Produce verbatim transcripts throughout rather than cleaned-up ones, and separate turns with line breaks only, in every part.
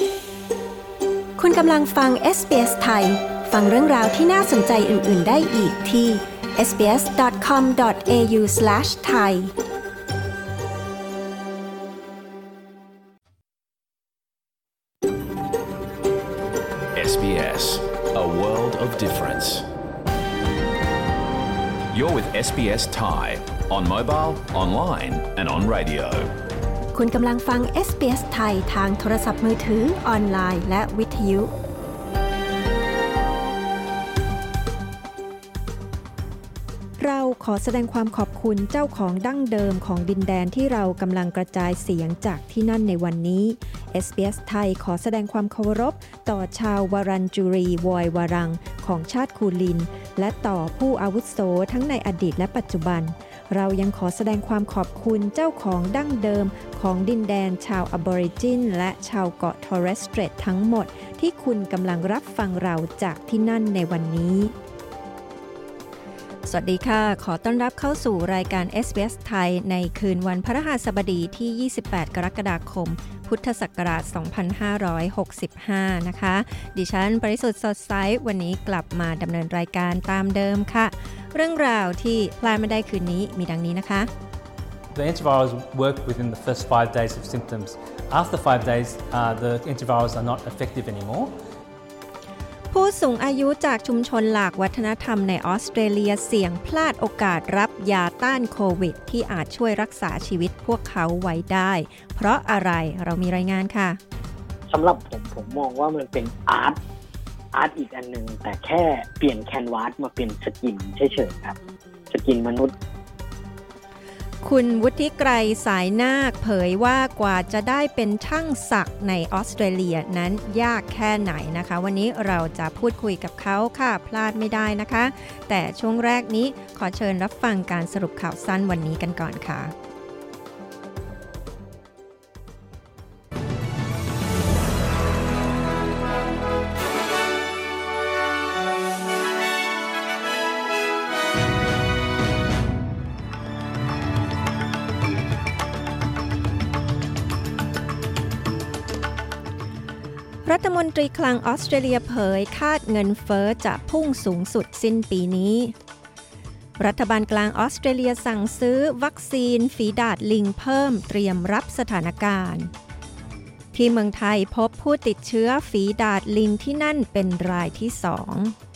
คุณกำลังฟัง เอส บี เอส ไทยฟังเรื่องราวที่น่าสนใจอื่นๆได้อีกที่ เอส บี เอส ดอท คอม ดอท เอ ยู สแลช ไทย
เอส บี เอส, a world of difference. You're with เอส บี เอส Thai on mobile, online and on radio.
คุณกำลังฟัง เอส บี เอส ไทยทางโทรศัพท์มือถือออนไลน์และวิทยุเราขอแสดงความขอบคุณเจ้าของดั้งเดิมของดินแดนที่เรากำลังกระจายเสียงจากที่นั่นในวันนี้ เอส บี เอส ไทยขอแสดงความเคารพต่อชาววารันจูรีวอยวารังของชาติคูลินและต่อผู้อาวุโสทั้งในอดีตและปัจจุบันเรายังขอแสดงความขอบคุณเจ้าของดั้งเดิมของดินแดนชาวอบอริจินและชาวเกาะทอร์เรสเตรททั้งหมดที่คุณกำลังรับฟังเราจากที่นั่นในวันนี้สวัสดีค่ะขอต้อนรับเข้าสู่รายการ เอส บี เอส ไทยในคืนวันพฤหัสบดีที่ยี่สิบแปดกรกฎาคมพุทธศักราชสองพันห้าร้อยหกสิบห้านะคะดิฉันปริสุทธิ์สดใสวันนี้กลับมาดำเนินรายการตามเดิมค่ะเรื่องราวที่พลาดไม่ได้คืนนี้มีดังนี้นะคะ
The antivirals work within the first five days of symptoms. After five days, uh, the antivirals are not effective anymore.
ผู้สูงอายุจากชุมชนหลากวัฒนธรรมในออสเตรเลียเสี่ยงพลาดโอกาสรับยาต้านโควิดที่อาจช่วยรักษาชีวิตพวกเขาไว้ได้เพราะอะไรเรามีรายงานค่ะ
สำหรับผมผมมองว่ามันเป็นอาร์ตอาร์ตอีกอันนึงแต่แค่เปลี่ยนแคนวาสมาเป็นสกินเฉยๆครับสกินมนุษย์
คุณวุฒิไกรสายนาคเผยว่ากว่าจะได้เป็นช่างศักดิ์ในออสเตรเลียนั้นยากแค่ไหนนะคะวันนี้เราจะพูดคุยกับเขาค่ะพลาดไม่ได้นะคะแต่ช่วงแรกนี้ขอเชิญรับฟังการสรุปข่าวสั้นวันนี้กันก่อนค่ะรัฐมนตรีคลังออสเตรเลียเผยคาดเงินเฟ้อจะพุ่งสูงสุดสิ้นปีนี้รัฐบาลกลางออสเตรเลียสั่งซื้อวัคซีนฝีดาษลิงเพิ่มเตรียมรับสถานการณ์ที่เมืองไทยพบผู้ติดเชื้อฝีดาษลิงที่นั่นเป็นรายที่สอง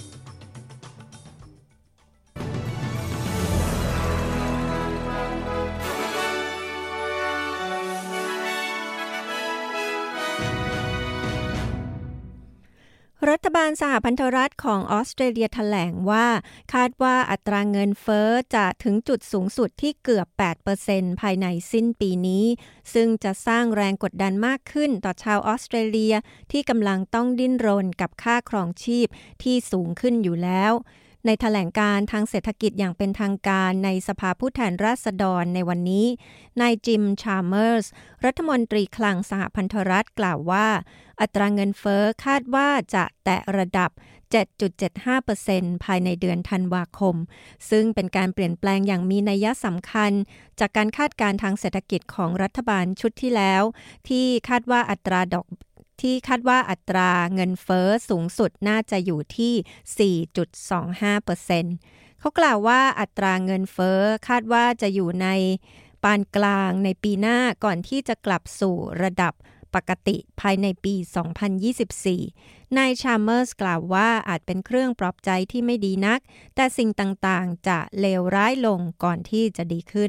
รัฐบาลสหพันธรัฐของออสเตรเลียแถลงว่าคาดว่าอัตราเงินเฟ้อจะถึงจุดสูงสุดที่เกือบ แปดเปอร์เซ็นต์ ภายในสิ้นปีนี้ซึ่งจะสร้างแรงกดดันมากขึ้นต่อชาวออสเตรเลียที่กำลังต้องดิ้นรนกับค่าครองชีพที่สูงขึ้นอยู่แล้วในแถลงการทางเศรษฐกิจอย่างเป็นทางการในสภาผู้แทนราษฎรในวันนี้นายจิมชาร์เมอร์สรัฐมนตรีคลังสหพันธรัฐกล่าวว่าอัตราเงินเฟ้อคาดว่าจะแตะระดับ เจ็ดจุดเจ็ดห้าเปอร์เซ็นต์ ภายในเดือนธันวาคมซึ่งเป็นการเปลี่ยนแปลงอย่างมีนัยสำคัญจากการคาดการณ์ทางเศรษฐกิจของรัฐบาลชุดที่แล้วที่คาดว่าอัตราดอกที่คาดว่าอัตราเงินเฟ้อสูงสุดน่าจะอยู่ที่ สี่จุดสองห้าเปอร์เซ็นต์ เขากล่าวว่าอัตราเงินเฟ้อคาดว่าจะอยู่ในปานกลางในปีหน้าก่อนที่จะกลับสู่ระดับปกติภายในปี สองพันยี่สิบสี่ นายชาร์เมอร์สกล่าวว่าอาจเป็นเครื่องปลอบใจที่ไม่ดีนักแต่สิ่งต่างๆจะเลวร้ายลงก่อนที่จะดีขึ้น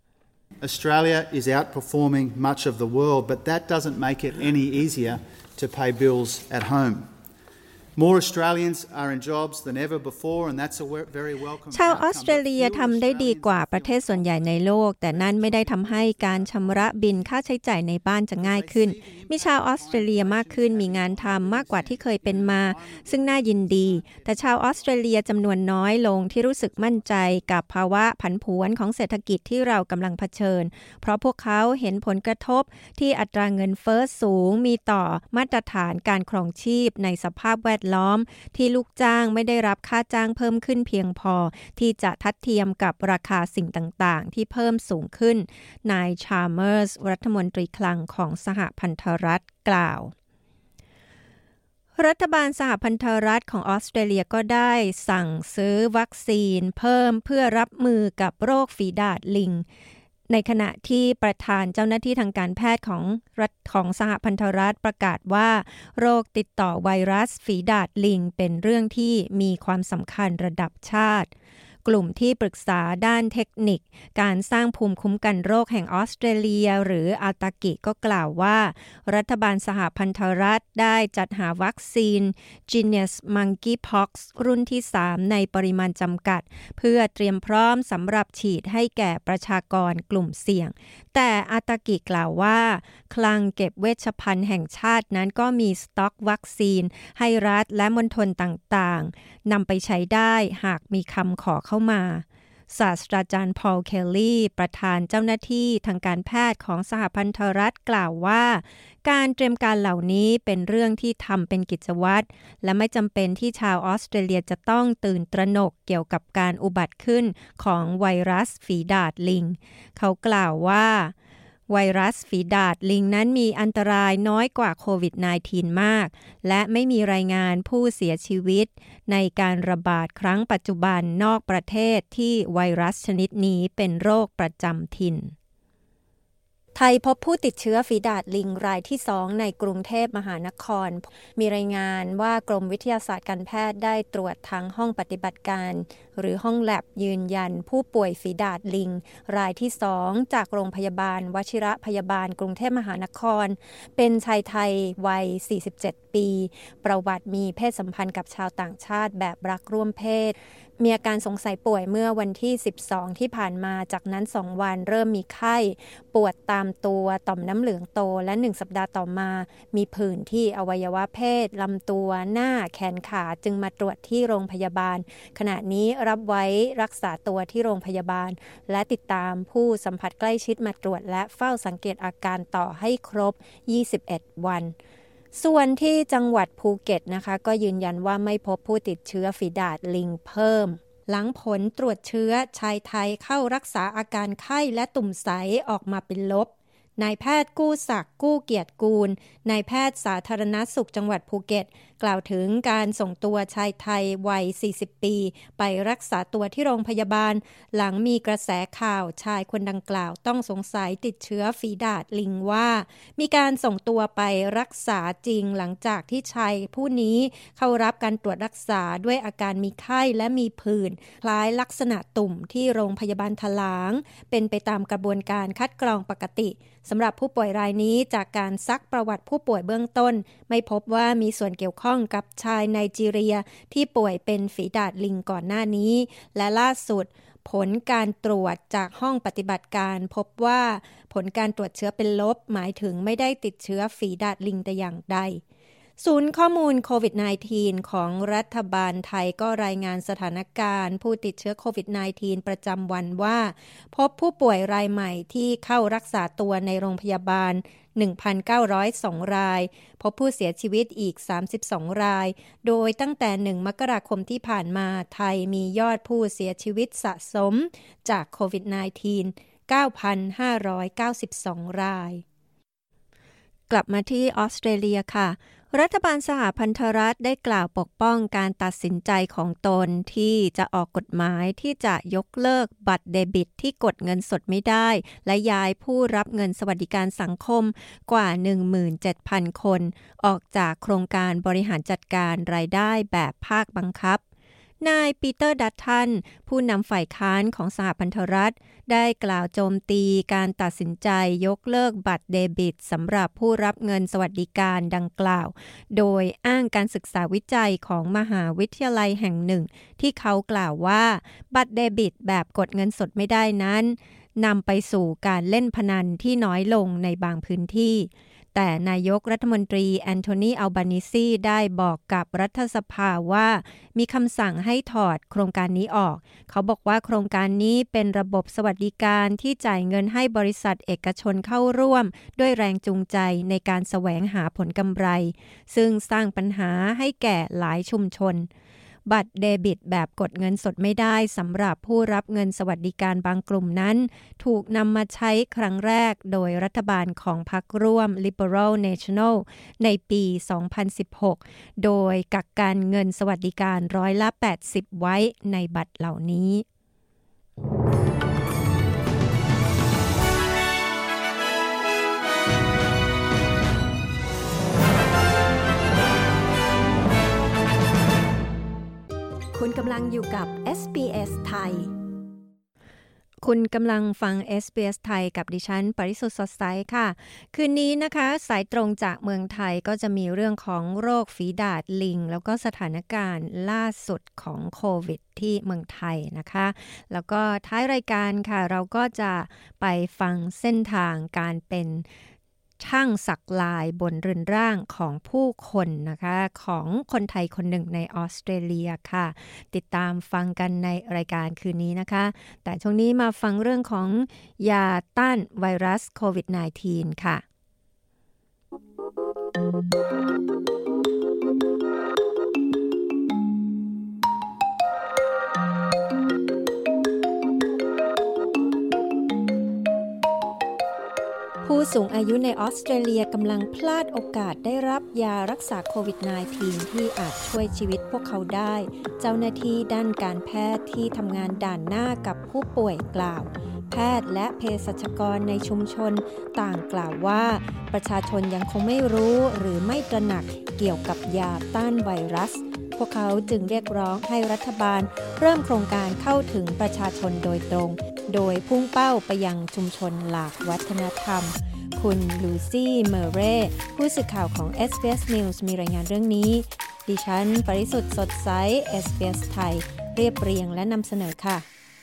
Australia is outperforming much of the world, but that doesn't make it any easier to pay bills at home. More Australians are in jobs than ever before, and that's a very welcome.
ชาวออสเตรเลียทำได้ดีกว่าประเทศส่วนใหญ่ในโลกแต่นั่นไม่ได้ทำให้การชำระบิลค่าใช้จ่ายในบ้านจะง่ายขึ้นมีชาวออสเตรเลียมากขึ้นมีงานทำมากกว่าที่เคยเป็นมาซึ่งน่ายินดีแต่ชาวออสเตรเลียจำนวนน้อยลงที่รู้สึกมั่นใจกับภาวะผันผวนของเศรษฐกิจที่เรากำลังเผชิญเพราะพวกเขาเห็นผลกระทบที่อัตราเงินเฟ้อสูงมีต่อมาตรฐานการครองชีพในสภาพแวดล้อมที่ลูกจ้างไม่ได้รับค่าจ้างเพิ่มขึ้นเพียงพอที่จะทัดเทียมกับราคาสิ่งต่างๆที่เพิ่มสูงขึ้นนายชาร์เมอร์สรัฐมนตรีคลังของสหพันธรัฐกล่าวรัฐบาลสหพันธรัฐของออสเตรเลียก็ได้สั่งซื้อวัคซีนเพิ่มเพื่อรับมือกับโรคฝีดาษลิงในขณะที่ประธานเจ้าหน้าที่ทางการแพทย์ของรัฐของสหพันธรัฐประกาศว่าโรคติดต่อไวรัสฝีดาษลิงเป็นเรื่องที่มีความสำคัญระดับชาติกลุ่มที่ปรึกษาด้านเทคนิคการสร้างภูมิคุ้มกันโรคแห่งออสเตรเลียหรืออาตากิก็กล่าวว่ารัฐบาลสหพันธรัฐได้จัดหาวัคซีน Genus Monkeypox รุ่นที่สามในปริมาณจำกัดเพื่อเตรียมพร้อมสำหรับฉีดให้แก่ประชากรกลุ่มเสี่ยงแต่อาตากิกล่าวว่าคลังเก็บเวชภัณฑ์แห่งชาตินั้นก็มีสต็อกวัคซีนให้รัฐและมณฑลต่างๆนำไปใช้ได้หากมีคำขอเข้ามาศาสตราจารย์พอลเคลลี่ประธานเจ้าหน้าที่ทางการแพทย์ของสหพันธรัฐกล่าวว่าการเตรียมการเหล่านี้เป็นเรื่องที่ทำเป็นกิจวัตรและไม่จำเป็นที่ชาวออสเตรเลียจะต้องตื่นตระหนกเกี่ยวกับการอุบัติขึ้นของไวรัสฝีดาษลิงเขากล่าวว่าไวรัสฝีดาษลิงนั้นมีอันตรายน้อยกว่าโควิด สิบเก้า มากและไม่มีรายงานผู้เสียชีวิตในการระบาดครั้งปัจจุบันนอกประเทศที่ไวรัสชนิดนี้เป็นโรคประจำถิ่นไทยพบผู้ติดเชื้อฝีดาษลิงรายที่สองในกรุงเทพมหานครมีรายงานว่ากรมวิทยาศาสตร์การแพทย์ได้ตรวจทางห้องปฏิบัติการหรือห้องแลบยืนยันผู้ป่วยฝีดาษลิงรายที่สองจากโรงพยาบาลวชิระพยาบาลกรุงเทพมหานครเป็นชายไทยวัยสี่สิบเจ็ดปีประวัติมีเพศสัมพันธ์กับชาวต่างชาติแบบรักร่วมเพศมีอาการสงสัยป่วยเมื่อวันที่สิบสองที่ผ่านมาจากนั้นสองวันเริ่มมีไข้ปวดตามตัวต่อมน้ำเหลืองโตและหนึ่งสัปดาห์ต่อมามีผื่นที่อวัยวะเพศลำตัวหน้าแขนขาจึงมาตรวจที่โรงพยาบาลขณะนี้รับไว้รักษาตัวที่โรงพยาบาลและติดตามผู้สัมผัสใกล้ชิดมาตรวจและเฝ้าสังเกตอาการต่อให้ครบยี่สิบเอ็ดวันส่วนที่จังหวัดภูเก็ตนะคะก็ยืนยันว่าไม่พบผู้ติดเชื้อฝีดาษลิงเพิ่มหลังผลตรวจเชื้อชายไทยเข้ารักษาอาการไข้และตุ่มใสออกมาเป็นลบนายแพทย์กู้ศักดิ์กู้เกียรติกูลนายแพทย์สาธารณสุขจังหวัดภูเก็ตกล่าวถึงการส่งตัวชายไทยวัยสี่สิบปีไปรักษาตัวที่โรงพยาบาลหลังมีกระแสข่าวชายคนดังกล่าวต้องสงสัยติดเชื้อฝีดาษลิงว่ามีการส่งตัวไปรักษาจริงหลังจากที่ชายผู้นี้เข้ารับการตรวจรักษาด้วยอาการมีไข้และมีผื่นคล้ายลักษณะตุ่มที่โรงพยาบาลถลางเป็นไปตามกระบวนการคัดกรองปกติสำหรับผู้ป่วยรายนี้จากการซักประวัติผู้ป่วยเบื้องต้นไม่พบว่ามีส่วนเกี่ยวข้องกับชายไนจีเรียที่ป่วยเป็นฝีดาษลิงก่อนหน้านี้และล่าสุดผลการตรวจจากห้องปฏิบัติการพบว่าผลการตรวจเชื้อเป็นลบหมายถึงไม่ได้ติดเชื้อฝีดาษลิงแต่อย่างใดศูนย์ข้อมูลโควิด สิบเก้า ของรัฐบาลไทยก็รายงานสถานการณ์ผู้ติดเชื้อโควิด สิบเก้า ประจำวันว่าพบผู้ป่วยรายใหม่ที่เข้ารักษาตัวในโรงพยาบาล หนึ่งพันเก้าร้อยสอง รายพบผู้เสียชีวิตอีกสามสิบสองรายโดยตั้งแต่หนึ่งมกราคมที่ผ่านมาไทยมียอดผู้เสียชีวิตสะสมจากโควิด สิบเก้า เก้าพันห้าร้อยเก้าสิบสอง รายกลับมาที่ออสเตรเลียค่ะรัฐบาลสหพันธรัฐได้กล่าวปกป้องการตัดสินใจของตนที่จะออกกฎหมายที่จะยกเลิกบัตรเดบิตที่กดเงินสดไม่ได้และย้ายผู้รับเงินสวัสดิการสังคมกว่า หนึ่งหมื่นเจ็ดพัน คนออกจากโครงการบริหารจัดการรายได้แบบภาคบังคับนายปีเตอร์ดัตตันผู้นำฝ่ายค้านของสหพันธรัฐได้กล่าวโจมตีการตัดสินใจยกเลิกบัตรเดบิตสำหรับผู้รับเงินสวัสดิการดังกล่าวโดยอ้างการศึกษาวิจัยของมหาวิทยาลัยแห่งหนึ่งที่เขากล่าวว่าบัตรเดบิตแบบกดเงินสดไม่ได้นั้นนำไปสู่การเล่นพนันที่น้อยลงในบางพื้นที่แต่นายกรัฐมนตรีแอนโทนี อัลบานิซีได้บอกกับรัฐสภาว่ามีคำสั่งให้ถอดโครงการนี้ออกเขาบอกว่าโครงการนี้เป็นระบบสวัสดิการที่จ่ายเงินให้บริษัทเอกชนเข้าร่วมด้วยแรงจูงใจในการแสวงหาผลกำไรซึ่งสร้างปัญหาให้แก่หลายชุมชนบัตรเดบิตแบบกดเงินสดไม่ได้สำหรับผู้รับเงินสวัสดิการบางกลุ่มนั้นถูกนำมาใช้ครั้งแรกโดยรัฐบาลของพรรคร่วม Liberal National ในปี สองพันสิบหก โดยกักกันเงินสวัสดิการร้อยละ แปดสิบ ไว้ในบัตรเหล่านี้คุณกำลังอยู่กับ เอส บี เอส ไทยคุณกำลังฟัง เอส บี เอส ไทยกับดิฉันปริสุทธิ์สดใสค่ะคืนนี้นะคะสายตรงจากเมืองไทยก็จะมีเรื่องของโรคฝีดาษลิงแล้วก็สถานการณ์ล่าสุดของโควิดที่เมืองไทยนะคะแล้วก็ท้ายรายการค่ะเราก็จะไปฟังเส้นทางการเป็นช่างสักลายบนเรือนร่างของผู้คนนะคะของคนไทยคนหนึ่งในออสเตรเลียค่ะติดตามฟังกันในรายการคืนนี้นะคะแต่ช่วงนี้มาฟังเรื่องของยาต้านไวรัสโควิด สิบเก้า ค่ะผู้สูงอายุในออสเตรเลียกำลังพลาดโอกาสได้รับยารักษาโควิด สิบเก้า ที่อาจช่วยชีวิตพวกเขาได้เจ้าหน้าที่ด้านการแพทย์ที่ทำงานด่านหน้ากับผู้ป่วยกล่าวแพทย์และเภสัชกรในชุมชนต่างกล่าวว่าประชาชนยังคงไม่รู้หรือไม่ตระหนักเกี่ยวกับยาต้านไวรัสพวกเขาจึงเรียกร้องให้รัฐบาลเริ่มโครงการเข้าถึงประชาชนโดยตรงโดยพุ่งเป้าไปยังชุมชนหลากวัฒนธรรมคุณลูซี่เมอร์เร่ผู้สื่อข่าวของ เอส บี เอส News มีรายงานเรื่องนี้ดิฉันปริสุทธิ์สดใส เอส บี เอส ไทยเรียบเรียงและนำเสนอค่ะ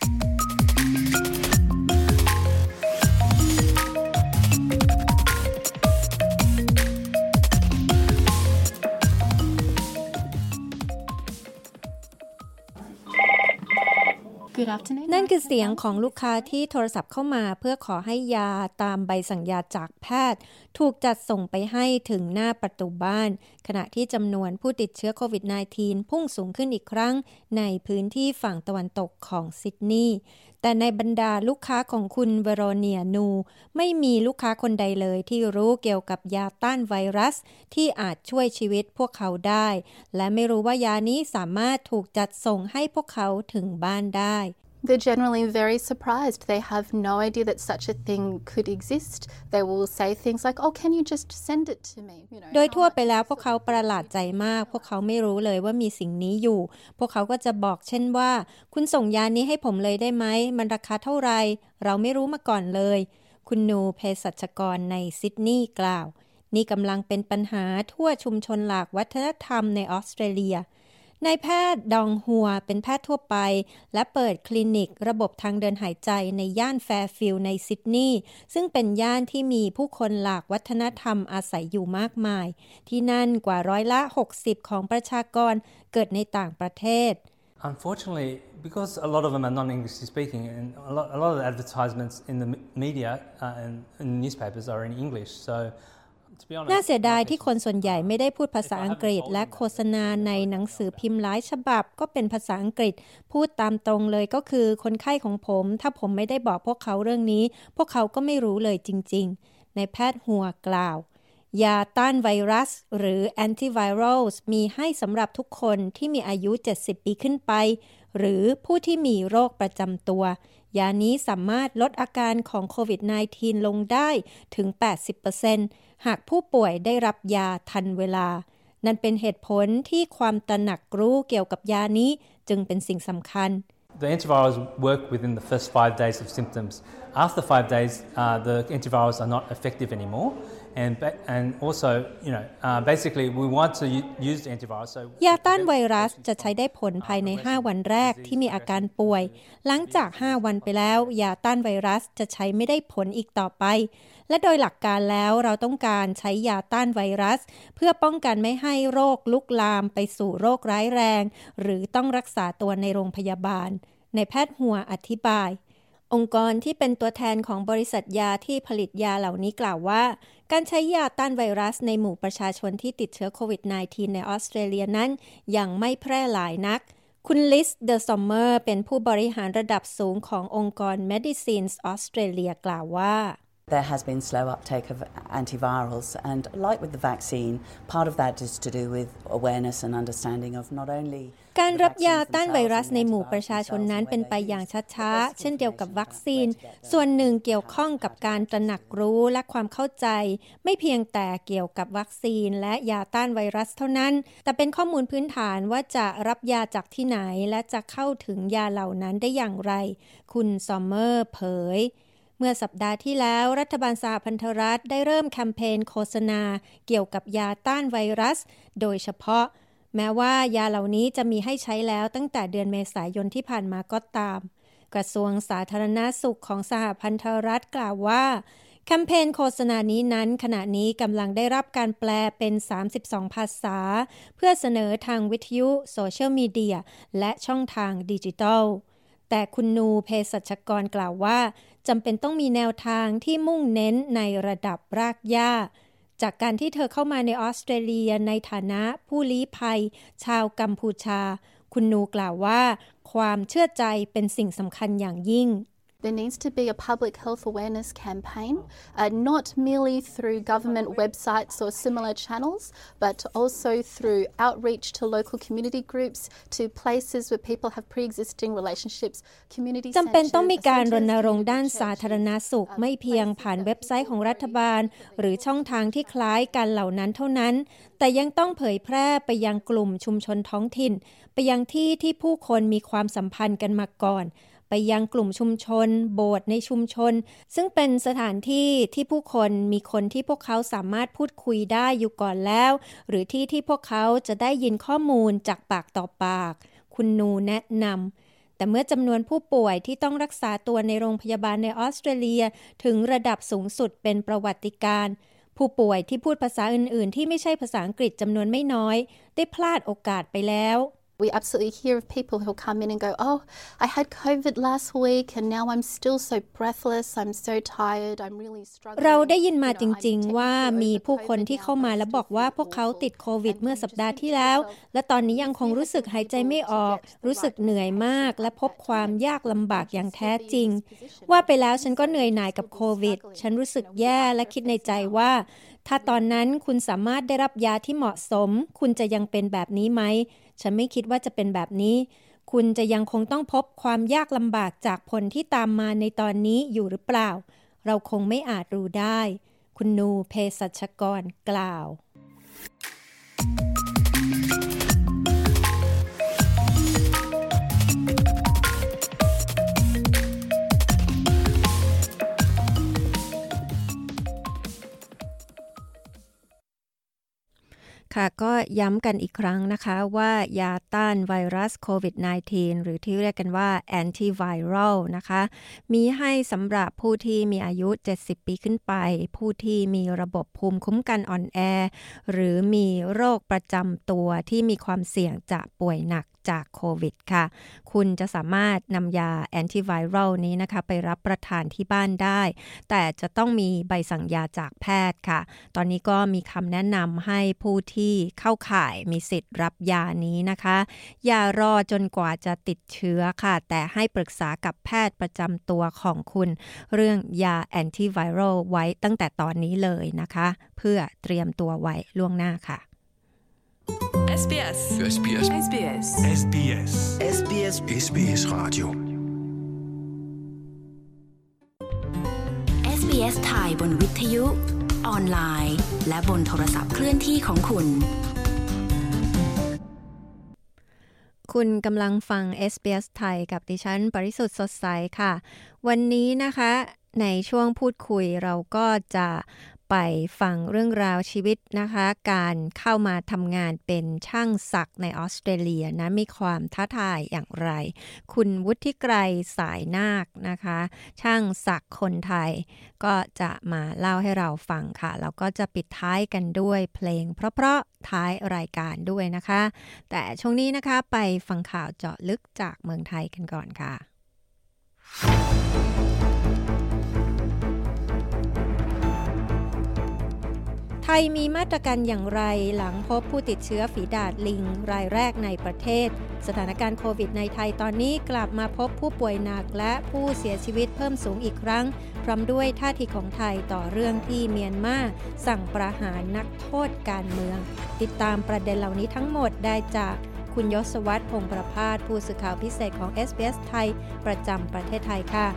นั่นคือเสียงของลูกค้าที่โทรศัพท์เข้ามาเพื่อขอให้ยาตามใบสั่งยาจากแพทย์ถูกจัดส่งไปให้ถึงหน้าประตูบ้านขณะที่จำนวนผู้ติดเชื้อโควิด สิบเก้า พุ่งสูงขึ้นอีกครั้งในพื้นที่ฝั่งตะวันตกของซิดนีย์แต่ในบรรดาลูกค้าของคุณเวโรเนียนูไม่มีลูกค้าคนใดเลยที่รู้เกี่ยวกับยาต้านไวรัสที่อาจช่วยชีวิตพวกเขาได้และไม่รู้ว่ายานี้สามารถถูกจัดส่งให้พวกเขาถึงบ้านได้
They're generally very surprised. They have no idea that such a thing could exist. They will say things like, "Oh, can you just send it to me?" You know.
โดยทั่วไปแล้วพวกเขาประหลาดใจมากพวกเขาไม่รู้เลยว่ามีสิ่งนี้อยู่พวกเขาก็จะบอกเช่นว่าคุณส่งยานี้ให้ผมเลยได้ไหมมันราคาเท่าไหร่เราไม่รู้มาก่อนเลยคุณนูเภสัชกรในซิดนีย์กล่าวนี่กำลังเป็นปัญหาทั่วชุมชนหลากวัฒนธรรมในออสเตรเลียนายแพทย์ดองฮัวเป็นแพทย์ทั่วไปและเปิดคลินิกระบบทางเดินหายใจในย่านแฟร์ฟิลด์ในซิดนีย์ซึ่งเป็นย่านที่มีผู้คนหลากวัฒนธรรมอาศัยอยู่มากมายที่นั่นกว่าร้อยละหกสิบของประชากรเกิดในต่างประเทศ
Unfortunately, because a lot of them are non-English speaking and a lot, a lot of the advertisements in the media uh, and in newspapers are in English, so
น่าเสียดายที่คนส่วนใหญ่ไม่ได้พูดภาษาอังกฤษและโฆษณาในหนังสือพิมพ์หลายฉบับก็เป็นภาษาอังกฤษพูดตามตรงเลยก็คือคนไข้ของผมถ้าผมไม่ได้บอกพวกเขาเรื่องนี้พวกเขาก็ไม่รู้เลยจริงๆนายแพทย์หัวกล่าวยาต้านไวรัสหรือแอนติไวรัลมีให้สำหรับทุกคนที่มีอายุเจ็ดสิบปีขึ้นไปหรือผู้ที่มีโรคประจำตัวยานี้สามารถลดอาการของโควิด สิบเก้า ลงได้ถึง แปดสิบเปอร์เซ็นต์ หากผู้ป่วยได้รับยาทันเวลานั่นเป็นเหตุผลที่ความตระหนักรู้เกี่ยวกับยานี้จึงเป็นสิ่งสำคัญ
The antivirals work within the first five days of symptoms. After five days, uh, the antivirals are not effective anymore. And, and also, you know, uh, basically we want to use the antivirals. So
ยาต้านไวรัสจะใช้ได้ผลภายในห้าวันแรกที่มีอาการป่วยหลังจากห้าวันไปแล้วยาต้านไวรัสจะใช้ไม่ได้ผลอีกต่อไปและโดยหลักการแล้วเราต้องการใช้ยาต้านไวรัสเพื่อป้องกันไม่ให้โรคลุกลามไปสู่โรคร้ายแรงหรือต้องรักษาตัวในโรงพยาบาลนายแพทย์หัวอธิบายองค์กรที่เป็นตัวแทนของบริษัทยาที่ผลิตยาเหล่านี้กล่าวว่าการใช้ยาต้านไวรัสในหมู่ประชาชนที่ติดเชื้อโควิด สิบเก้า ในออสเตรเลียนั้นยังไม่แพร่หลายนักคุณลิสเดอะซอมเมอร์เป็นผู้บริหารระดับสูงขององค์กร Medicines Australia กล่าวว่า
There has been slow uptake of antivirals, and like with the vaccine, part of that is to do with awareness and understanding of not only
การรับยาต้านไวรัสในหมู่ประชาชนนั้นเป็นไปอย่างช้าๆเช่นเดียวกับวัคซีนส่วนหนึ่งเกี่ยวข้องกับการตระหนักรู้และความเข้าใจไม่เพียงแต่เกี่ยวกับวัคซีนและยาต้านไวรัสเท่านั้นแต่เป็นข้อมูลพื้นฐานว่าจะรับยาจากที่ไหนและจะเข้าถึงยาเหล่านั้นได้อย่างไรคุณซอมเมอร์เผยเมื่อสัปดาห์ที่แล้วรัฐบาลสหพันธรัฐได้เริ่มแคมเปญโฆษณาเกี่ยวกับยาต้านไวรัสโดยเฉพาะแม้ว่ายาเหล่านี้จะมีให้ใช้แล้วตั้งแต่เดือนเมษายนที่ผ่านมาก็ตามกระทรวงสาธารณสุขของสหพันธรัฐกล่าวว่าแคมเปญโฆษณานี้นั้นขณะนี้กำลังได้รับการแปลเป็นสามสิบสองภาษาเพื่อเสนอทางวิทยุโซเชียลมีเดียและช่องทางดิจิทัลแต่คุณนูเภสัชกรกล่าวว่าจำเป็นต้องมีแนวทางที่มุ่งเน้นในระดับรากหญ้าจากการที่เธอเข้ามาในออสเตรเลียในฐานะผู้ลี้ภัยชาวกัมพูชาคุณนูกล่าวว่าความเชื่อใจเป็นสิ่งสำคัญอย่างยิ่ง
There needs to be a public health awareness campaign, uh, not merely through government websites or similar channels, but also through outreach to local community groups, to places where people have pre-existing relationships, community centers.
จำเป็นต้องมีการรณรงค์ด้านสาธารณสุขไม่เพียงผ่านเว็บไซต์ของรัฐบาลหรือช่องทางที่คล้ายกันเหล่านั้นเท่านั้นแต่ยังต้องเผยแพร่ไปยังกลุ่มชุมชนท้องถิ่นไปยังที่ที่ผู้คนมีความสัมพันธ์กันมาก่อนไปยังกลุ่มชุมชนโบสถ์ในชุมชนซึ่งเป็นสถานที่ที่ผู้คนมีคนที่พวกเขาสามารถพูดคุยได้อยู่ก่อนแล้วหรือที่ที่พวกเขาจะได้ยินข้อมูลจากปากต่อปากคุณนูแนะนำแต่เมื่อจำนวนผู้ป่วยที่ต้องรักษาตัวในโรงพยาบาลในออสเตรเลียถึงระดับสูงสุดเป็นประวัติการณ์ผู้ป่วยที่พูดภาษาอื่นๆที่ไม่ใช่ภาษาอังกฤษจำนวนไม่น้อยได้พลาดโอกาสไปแล้ว
We absolutely hear of people who'll come in and go, oh, I had COVID last week and now I'm still so breathless, I'm so tired, I'm really struggling.
เราได้ยินมาจริงๆว่ามีผู้คนที่เข้ามาแล้วบอกว่าพวกเขาติดโควิดเมื่อสัปดาห์ที่แล้วและตอนนี้ยังคงรู้สึกหายใจไม่ออกรู้สึกเหนื่อยมากและพบความยากลำบากอย่างแท้จริงว่าไปแล้วฉันก็เหนื่อยหน่ายกับโควิดฉันรู้สึกแย่และคิดในใจว่าถ้าตอนนั้นคุณสามารถได้รับยาที่เหมาะสมคุณจะยังเป็นแบบนี้ไหมฉันไม่คิดว่าจะเป็นแบบนี้คุณจะยังคงต้องพบความยากลำบากจากผลที่ตามมาในตอนนี้อยู่หรือเปล่าเราคงไม่อาจรู้ได้คุณนูเภสัชกรกล่าวค่ะก็ย้ำกันอีกครั้งนะคะว่ายาต้านไวรัสโควิด สิบเก้า หรือที่เรียกกันว่าแอนติไวรัลนะคะมีให้สำหรับผู้ที่มีอายุเจ็ดสิบปีขึ้นไปผู้ที่มีระบบภูมิคุ้มกันอ่อนแอหรือมีโรคประจำตัวที่มีความเสี่ยงจะป่วยหนักจากโควิดค่ะคุณจะสามารถนำยาแอนติไวรัลนี้นะคะไปรับประทานที่บ้านได้แต่จะต้องมีใบสั่งยาจากแพทย์ค่ะตอนนี้ก็มีคำแนะนำให้ผู้ที่เข้าข่ายมีสิทธิ์รับยานี้นะคะอย่ารอจนกว่าจะติดเชื้อค่ะแต่ให้ปรึกษากับแพทย์ประจำตัวของคุณเรื่องยาแอนติไวรัลไว้ตั้งแต่ตอนนี้เลยนะคะเพื่อเตรียมตัวไว้ล่วงหน้าค่ะ
เอส บี เอส เอส บี เอส เอส บี เอส เอส บี เอส เอส บี เอส เอส บี เอส Radio
เอส บี เอส ไทยบนวิทยุออนไลน์และบนโทรศัพท์เคลื่อนที่ของคุณ
คุณกำลังฟัง เอส บี เอส ไทยกับดิฉันปริสุทธิ์สดใสค่ะวันนี้นะคะในช่วงพูดคุยเราก็จะไปฟังเรื่องราวชีวิตนะคะการเข้ามาทำงานเป็นช่างศักดิ์ในออสเตรเลียนะมีความท้าทายอย่างไรคุณวุฒิไกรสายนาคนะคะช่างศักดิ์คนไทยก็จะมาเล่าให้เราฟังค่ะแล้วก็จะปิดท้ายกันด้วยเพลงเพราะๆท้ายรายการด้วยนะคะแต่ช่วงนี้นะคะไปฟังข่าวเจาะลึกจากเมืองไทยกันก่อนค่ะไทยมีมาตรการอย่างไรหลังพบผู้ติดเชื้อฝีดาษลิงรายแรกในประเทศสถานการณ์โควิดในไทยตอนนี้กลับมาพบผู้ป่วยหนักและผู้เสียชีวิตเพิ่มสูงอีกครั้งพร้อมด้วยท่าทีของไทยต่อเรื่องที่เมียนมาสั่งประหารนักโทษการเมืองติดตามประเด็นเหล่านี้ทั้งหมดได้จากคุณยศวัฒน์พงษ์ประภาสผู้สื่อข่าวพิเศษของ เอส บี เอส ไทยประจำประเทศไทยค่ะ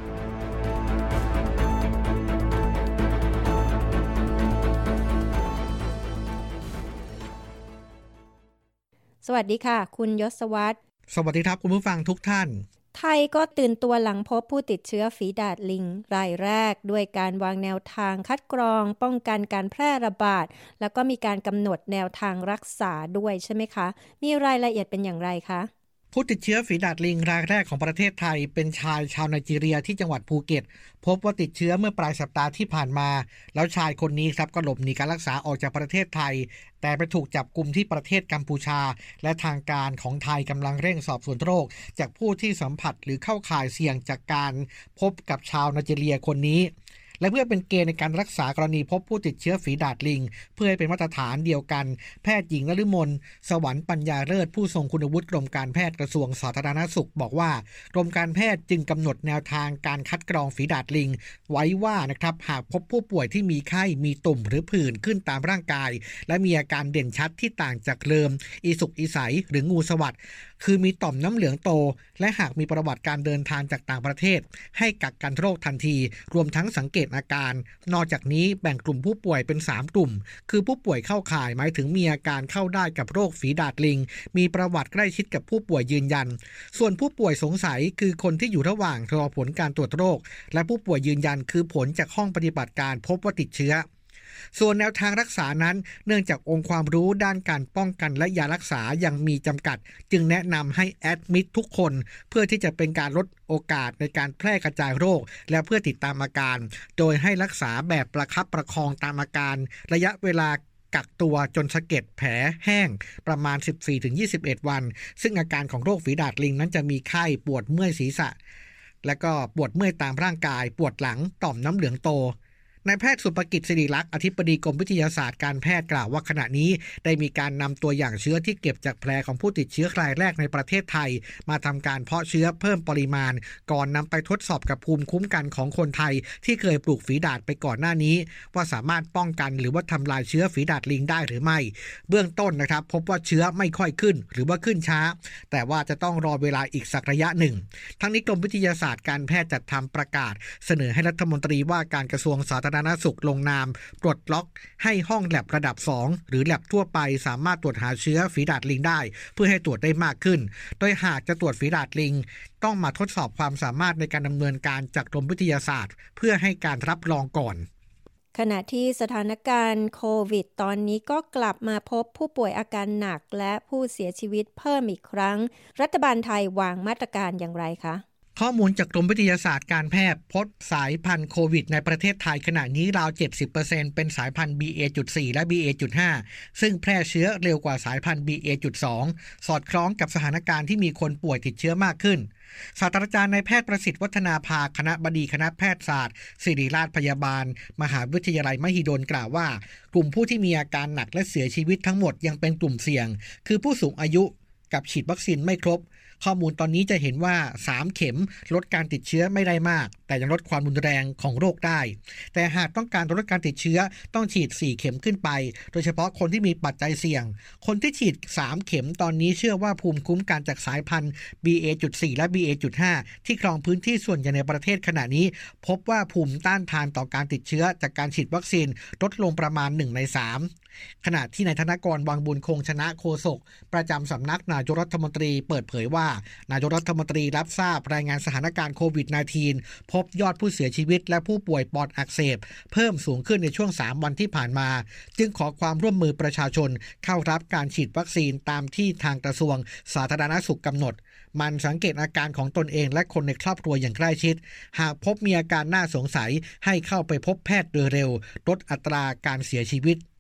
สวัสดีค่ะคุณยศวัฒน์
สวัสดีครับคุณผู้ฟังทุกท่าน
ไทยก็ตื่นตัวหลังพบผู้ติดเชื้อฝีดาษลิงรายแรกด้วยการวางแนวทางคัดกรองป้องกันการแพร่ระบาดแล้วก็มีการกำหนดแนวทางรักษาด้วยใช่ไหมคะมีรายละเอียดเป็นอย่างไรคะ
ผู้ติดเชื้อฝีดาษลิงรายแรกของประเทศไทยเป็นชายชาวไนจีเรียที่จังหวัดภูเก็ตพบว่าติดเชื้อเมื่อปลายสัปดาห์ที่ผ่านมาแล้วชายคนนี้ครับก็หลบหนีการรักษาออกจากประเทศไทยแต่ไปถูกจับกุมที่ประเทศกัมพูชาและทางการของไทยกำลังเร่งสอบสวนโรคจากผู้ที่สัมผัสหรือเข้าข่ายเสี่ยงจากการพบกับชาวไนจีเรียคนนี้และเพื่อเป็นเกณฑ์ในการรักษากรณีพบผู้ติดเชื้อฝีดาษลิงเพื่อให้เป็นมาตรฐานเดียวกันแพทย์หญิงนฤมลสวรรค์ปัญญาเลิศผู้ทรงคุณวุฒิกรมการแพทย์กระทรวงสาธารณสุขบอกว่ากรมการแพทย์จึงกำหนดแนวทางการคัดกรองฝีดาษลิงไว้ว่านะครับหากพบผู้ป่วยที่มีไข้มีตุ่มหรือผื่นขึ้นตามร่างกายและมีอาการเด่นชัดที่ต่างจากเดิมอีสุกอีใสหรืองูสวัสดคือมีต่อมน้ำเหลืองโตและหากมีประวัติการเดินทางจากต่างประเทศให้กักกันโรคทันทีรวมทั้งสังเกตอาการนอกจากนี้แบ่งกลุ่มผู้ป่วยเป็นสามกลุ่มคือผู้ป่วยเข้าข่ายหมายถึงมีอาการเข้าได้กับโรคฝีดาษลิงมีประวัติใกล้ชิดกับผู้ป่วยยืนยันส่วนผู้ป่วยสงสัยคือคนที่อยู่ระหว่างรอผลการตรวจโรคและผู้ป่วยยืนยันคือผลจากห้องปฏิบัติการพบว่าติดเชื้อส่วนแนวทางรักษานั้นเนื่องจากองค์ความรู้ด้านการป้องกันและยารักษายังมีจำกัดจึงแนะนำให้แอดมิดทุกคนเพื่อที่จะเป็นการลดโอกาสในการแพร่กระจายโรคและเพื่อติดตามอาการโดยให้รักษาแบบประคับประคองตามอาการระยะเวลากักตัวจนสะเก็ดแผลแห้งประมาณ สิบสี่ถึงยี่สิบเอ็ด วันซึ่งอาการของโรคฝีดาษลิงนั้นจะมีไข้ปวดเมื่อยศีรษะและก็ปวดเมื่อยตามร่างกายปวดหลังต่อมน้ำเหลืองโตนายแพทย์สุภกิจศิริลักษณ์อธิบดีกรมวิทยาศาสตร์การแพทย์กล่าวว่าขณะนี้ได้มีการนำตัวอย่างเชื้อที่เก็บจากแผลของผู้ติดเชื้อรายแรกในประเทศไทยมาทำการเพาะเชื้อเพิ่มปริมาณก่อนนำไปทดสอบกับภูมิคุ้มกันของคนไทยที่เคยปลูกฝีดาษไปก่อนหน้านี้ว่าสามารถป้องกันหรือว่าทำลายเชื้อฝีดาษลิงได้หรือไม่เบื้องต้นนะครับพบว่าเชื้อไม่ค่อยขึ้นหรือว่าขึ้นช้าแต่ว่าจะต้องรอเวลาอีกสักระยะหนึ่งทั้งนี้กรมวิทยาศาสตร์การแพทย์จัดทำประกาศเสนอให้รัฐมนตรีว่าการกระทรวงสาธารณสุขลงนามปลดล็อกให้ห้องแลบระดับสองหรือแลบทั่วไปสามารถตรวจหาเชื้อฝีดาษลิงได้เพื่อให้ตรวจได้มากขึ้นโดยหากจะตรวจฝีดาษลิงต้องมาทดสอบความสามารถในการดำเนินการจากกรมวิทยาศาสตร์เพื่อให้การรับรองก่อน
ขณะที่สถานการณ์โควิดตอนนี้ก็กลับมาพบผู้ป่วยอาการหนักและผู้เสียชีวิตเพิ่มอีกครั้งรัฐบาลไทยวางมาตรการอย่างไรคะ
ข้อมูลจากกรมวิทยาศาสตร์การแพทย์พบสายพันธุ์โควิดในประเทศไทยขณะนี้ราว เจ็ดสิบเปอร์เซ็นต์ เป็นสายพันธุ์ บี เอ จุด สี่ และ บี เอ จุด ห้า ซึ่งแพร่เชื้อเร็วกว่าสายพันธุ์ บี เอ จุด สอง สอดคล้องกับสถานการณ์ที่มีคนป่วยติดเชื้อมากขึ้นศาสตราจารย์นายแพทย์ประสิทธิ์วัฒนาภาคณบดีคณะแพทยศาสตร์ศิริราชพยาบาลมหาวิทยาลัยมหิดลกล่าวว่ากลุ่มผู้ที่มีอาการหนักและเสียชีวิตทั้งหมดยังเป็นกลุ่มเสี่ยงคือผู้สูงอายุกับฉีดวัคซีนไม่ครบข้อมูลตอนนี้จะเห็นว่าสามเข็มลดการติดเชื้อไม่ได้มากแต่ยังลดความรุนแรงของโรคได้แต่หากต้องการลดการติดเชื้อต้องฉีดสี่เข็มขึ้นไปโดยเฉพาะคนที่มีปัจจัยเสี่ยงคนที่ฉีดสามเข็มตอนนี้เชื่อว่าภูมิคุ้มกันจากสายพันธุ์ บี เอ จุด สี่ และ บี เอ จุด ห้า ที่ครองพื้นที่ส่วนใหญ่ในประเทศขณะนี้พบว่าภูมิต้านทานต่อการติดเชื้อจากการฉีดวัคซีนลดลงประมาณหนึ่งในสามขณะที่นายธนกรวังบุญคงชนะโฆษกประจำสำนักนายกรัฐมนตรีเปิดเผยว่านายกรัฐมนตรีรับทราบรายงานสถานการณ์โควิด สิบเก้า พบยอดผู้เสียชีวิตและผู้ป่วยปอดอักเสบเพิ่มสูงขึ้นในช่วงสามวันที่ผ่านมาจึงขอความร่วมมือประชาชนเข้ารับการฉีดวัคซีนตามที่ทางกระทรวงสาธารณสุขกำหนดมันสังเกตอาการของตนเองและคนในครอบครัวอย่างใกล้ชิดหากพบมีอาการน่าสงสัยให้เข้าไปพบแพทย์โดยเร็วลดอัตราการเสียชีวิต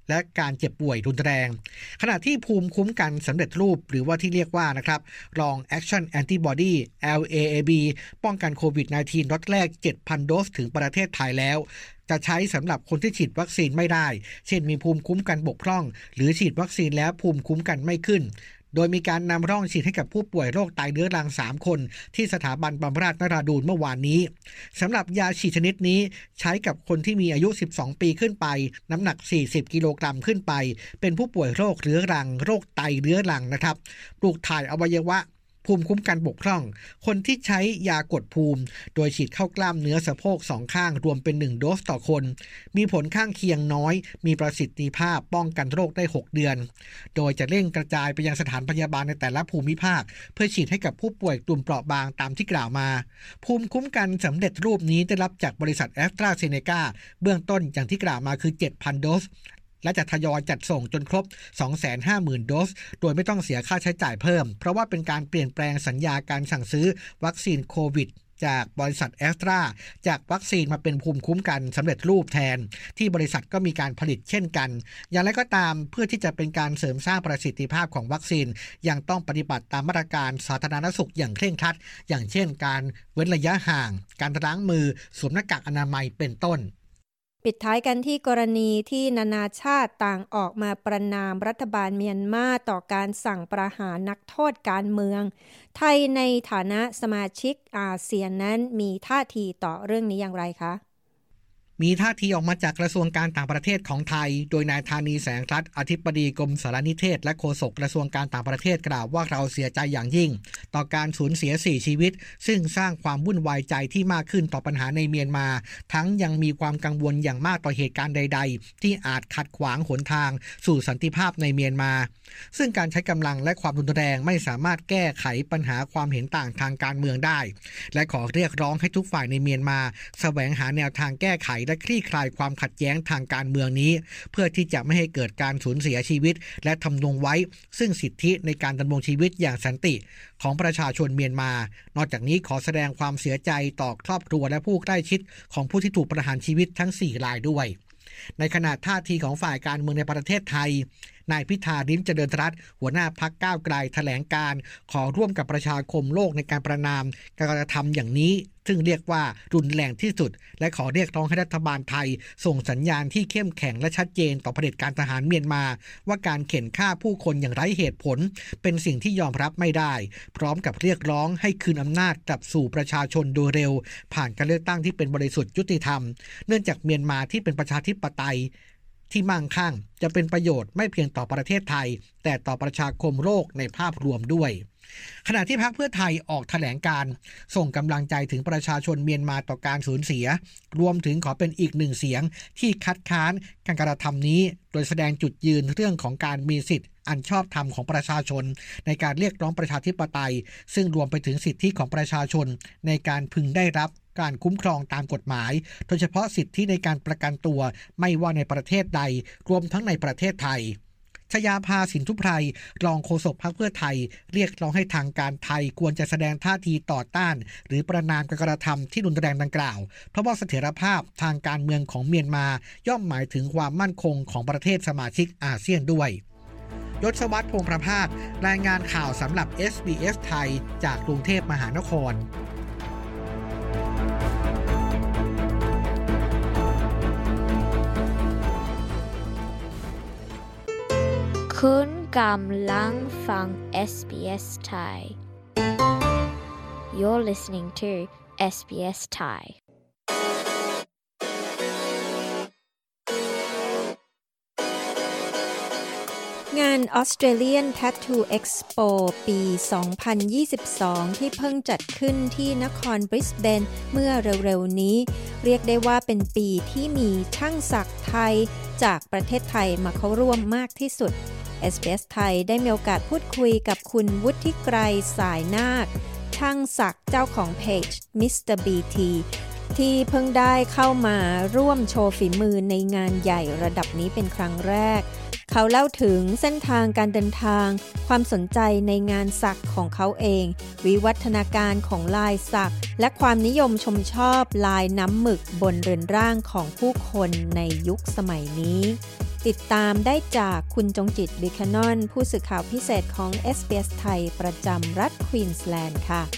และการเจ็บป่วยรุนแรงขณะที่ภูมิคุ้มกันสำเร็จรูปหรือว่าที่เรียกว่านะครับ Long Action Antibody แอล เอ เอ บี ป้องกันโควิด สิบเก้า ล็อตแรก เจ็ดพัน โดสถึงประเทศไทยแล้วจะใช้สำหรับคนที่ฉีดวัคซีนไม่ได้เช่นมีภูมิคุ้มกันบกพร่องหรือฉีดวัคซีนแล้วภูมิคุ้มกันไม่ขึ้นโดยมีการนำร่องฉีดให้กับผู้ป่วยโรคไตเรื้อรังสามคนที่สถาบันบำราศนราดูลเมื่อวานนี้สำหรับยาฉีดชนิดนี้ใช้กับคนที่มีอายุสิบสองปีขึ้นไปน้ำหนักสี่สิบกิโลกรัมขึ้นไปเป็นผู้ป่วยโรคเรื้อรังโรคไตเรื้อรังนะครับปลูกถ่ายอวัยวะภูมิคุ้มกันบกพร่องคนที่ใช้ยากดภูมิโดยฉีดเข้ากล้ามเนื้อสะโพกสองข้างรวมเป็นหนึ่งโดสต่อคนมีผลข้างเคียงน้อยมีประสิทธิภาพป้องกันโรคได้หกเดือนโดยจะเร่งกระจายไปยังสถานพยาบาลในแต่ละภูมิภาคเพื่อฉีดให้กับผู้ป่วยกลุ่มเปราะบางตามที่กล่าวมาภูมิคุ้มกันสำเร็จรูปนี้ได้รับจากบริษัทแอสตราเซเนกาเบื้องต้นอย่างที่กล่าวมาคือ เจ็ดพัน โดสและจะทยอยจัดส่งจนครบ สองแสนห้าหมื่น โดสโดยไม่ต้องเสียค่าใช้จ่ายเพิ่มเพราะว่าเป็นการเปลี่ยนแปลงสัญญาการสั่งซื้อวัคซีนโควิดจากบริษัทแอสตราจากวัคซีนมาเป็นภูมิคุ้มกันสำเร็จรูปแทนที่บริษัทก็มีการผลิตเช่นกันอย่างไรก็ตามเพื่อที่จะเป็นการเสริมสร้างประสิทธิภาพของวัคซีนยังต้องปฏิบัติตามมาตรการสาธารณสุขอย่างเคร่งครัดอย่างเช่นการเว้นระยะห่างการล้างมือสวมหน้ากากอนามัยเป็นต้น
ปิดท้ายกันที่กรณีที่นานาชาติต่างออกมาประณามรัฐบาลเมียนมาต่อการสั่งประหารนักโทษการเมืองไทยในฐานะสมาชิกอาเซียนนั้นมีท่าทีต่อเรื่องนี้อย่างไรคะ
มีท่าทีออกมาจากกระทรวงการต่างประเทศของไทยโดยนายธานีแสงรัตน์อธิบดีกรมสารนิเทศและโฆษกกระทรวงการต่างประเทศกล่าวว่าเราเสียใจอย่างยิ่งต่อการสูญเสียสี่ชีวิตซึ่งสร้างความวุ่นวายใจที่มากขึ้นต่อปัญหาในเมียนมาทั้งยังมีความกังวลอย่างมากต่อเหตุการณ์ใดๆที่อาจขัดขวางหนทางสู่สันติภาพในเมียนมาซึ่งการใช้กำลังและความรุนแรงไม่สามารถแก้ไขปัญหาความเห็นต่างทางการเมืองได้และขอเรียกร้องให้ทุกฝ่ายในเมียนมาแสวงหาแนวทางแก้ไขและคลี่คลายความขัดแย้งทางการเมืองนี้เพื่อที่จะไม่ให้เกิดการสูญเสียชีวิตและทำนงไว้ซึ่งสิทธิในการดำรงชีวิตอย่างสันติของประชาชนเมียนมานอกจากนี้ขอแสดงความเสียใจต่อครอบครัวและผู้ใกล้ชิดของผู้ที่ถูกประหารชีวิตทั้งสี่รายด้วยในขณะท่าทีของฝ่ายการเมืองในประเทศไทยนายพิธาลิ้มเจริญรัตน์หัวหน้าพรรคก้าวไกลแถลงการขอร่วมกับประชาคมโลกในการประณามการกระทำอย่างนี้ซึ่งเรียกว่ารุนแรงที่สุดและขอเรียกร้องให้รัฐบาลไทยส่งสัญญาณที่เข้มแข็งและชัดเจนต่อเผด็จการทหารเมียนมาว่าการเข็นฆ่าผู้คนอย่างไร้เหตุผลเป็นสิ่งที่ยอมรับไม่ได้พร้อมกับเรียกร้องให้คืนอำนาจกลับสู่ประชาชนโดยเร็วผ่านการเลือกตั้งที่เป็นบริสุทธิ์ยุติธรรมเนื่องจากเมียนมาที่เป็นประชาธิปไตยที่มั่งคั่งจะเป็นประโยชน์ไม่เพียงต่อประเทศไทยแต่ต่อประชาคมโลกในภาพรวมด้วยขณะที่พรรคเพื่อไทยออกแถลงการส่งกำลังใจถึงประชาชนเมียนมาต่อการสูญเสียรวมถึงขอเป็นอีกหนึ่งเสียงที่คัดค้านการกระทำนี้โดยแสดงจุดยืนเรื่องของการมีสิทธิอันชอบธรรมของประชาชนในการเรียกร้องประชาธิปไตยซึ่งรวมไปถึงสิทธิของประชาชนในการพึงได้รับการคุ้มครองตามกฎหมายโดยเฉพาะสิทธิในการประกันตัวไม่ว่าในประเทศใดรวมทั้งในประเทศไทยชยาภาสินทุไพรรองโฆษกพรรคเพื่อไทยเรียกร้องให้ทางการไทยควรจะแสดงท่าทีต่อต้านหรือประณามการกระทำที่รุนแรงดังกล่าวเพราะว่าเสถียรภาพทางการเมืองของเมียนมาย่อมหมายถึงความมั่นคงของประเทศสมาชิกอาเซียนด้วยยศวัฒน์พงษ์ประภาสรายงานข่าวสำหรับ เอส บี เอส ไทยจากกรุงเทพมหานคร
คุณกำลังฟัง เอส บี เอส Thai You're listening to เอส บี เอส Thai
งาน Australian Tattoo Expo ปี สองพันยี่สิบสอง ที่เพิ่งจัดขึ้นที่นครบริสเบนเมื่อเร็วๆนี้เรียกได้ว่าเป็นปีที่มีช่างศักดิ์ไทยจากประเทศไทยมาเข้าร่วมมากที่สุด เอส บี เอส ไทยได้มีโอกาสพูดคุยกับคุณวุฒิไกรสายนาคช่างศักดิ์เจ้าของเพจ มิสเตอร์ บี ที ที่เพิ่งได้เข้ามาร่วมโชว์ฝีมือในงานใหญ่ระดับนี้เป็นครั้งแรกเขาเล่าถึงเส้นทางการเดินทางความสนใจในงานสักของเขาเองวิวัฒนาการของลายสักและความนิยมชมชอบลายน้ำหมึกบนเรือนร่างของผู้คนในยุคสมัยนี้ติดตามได้จากคุณจงจิต บิคานอนผู้สื่อข่าวพิเศษของ เอส บี เอส ไทยประจำรัฐควีนสแลนด์ค่ะ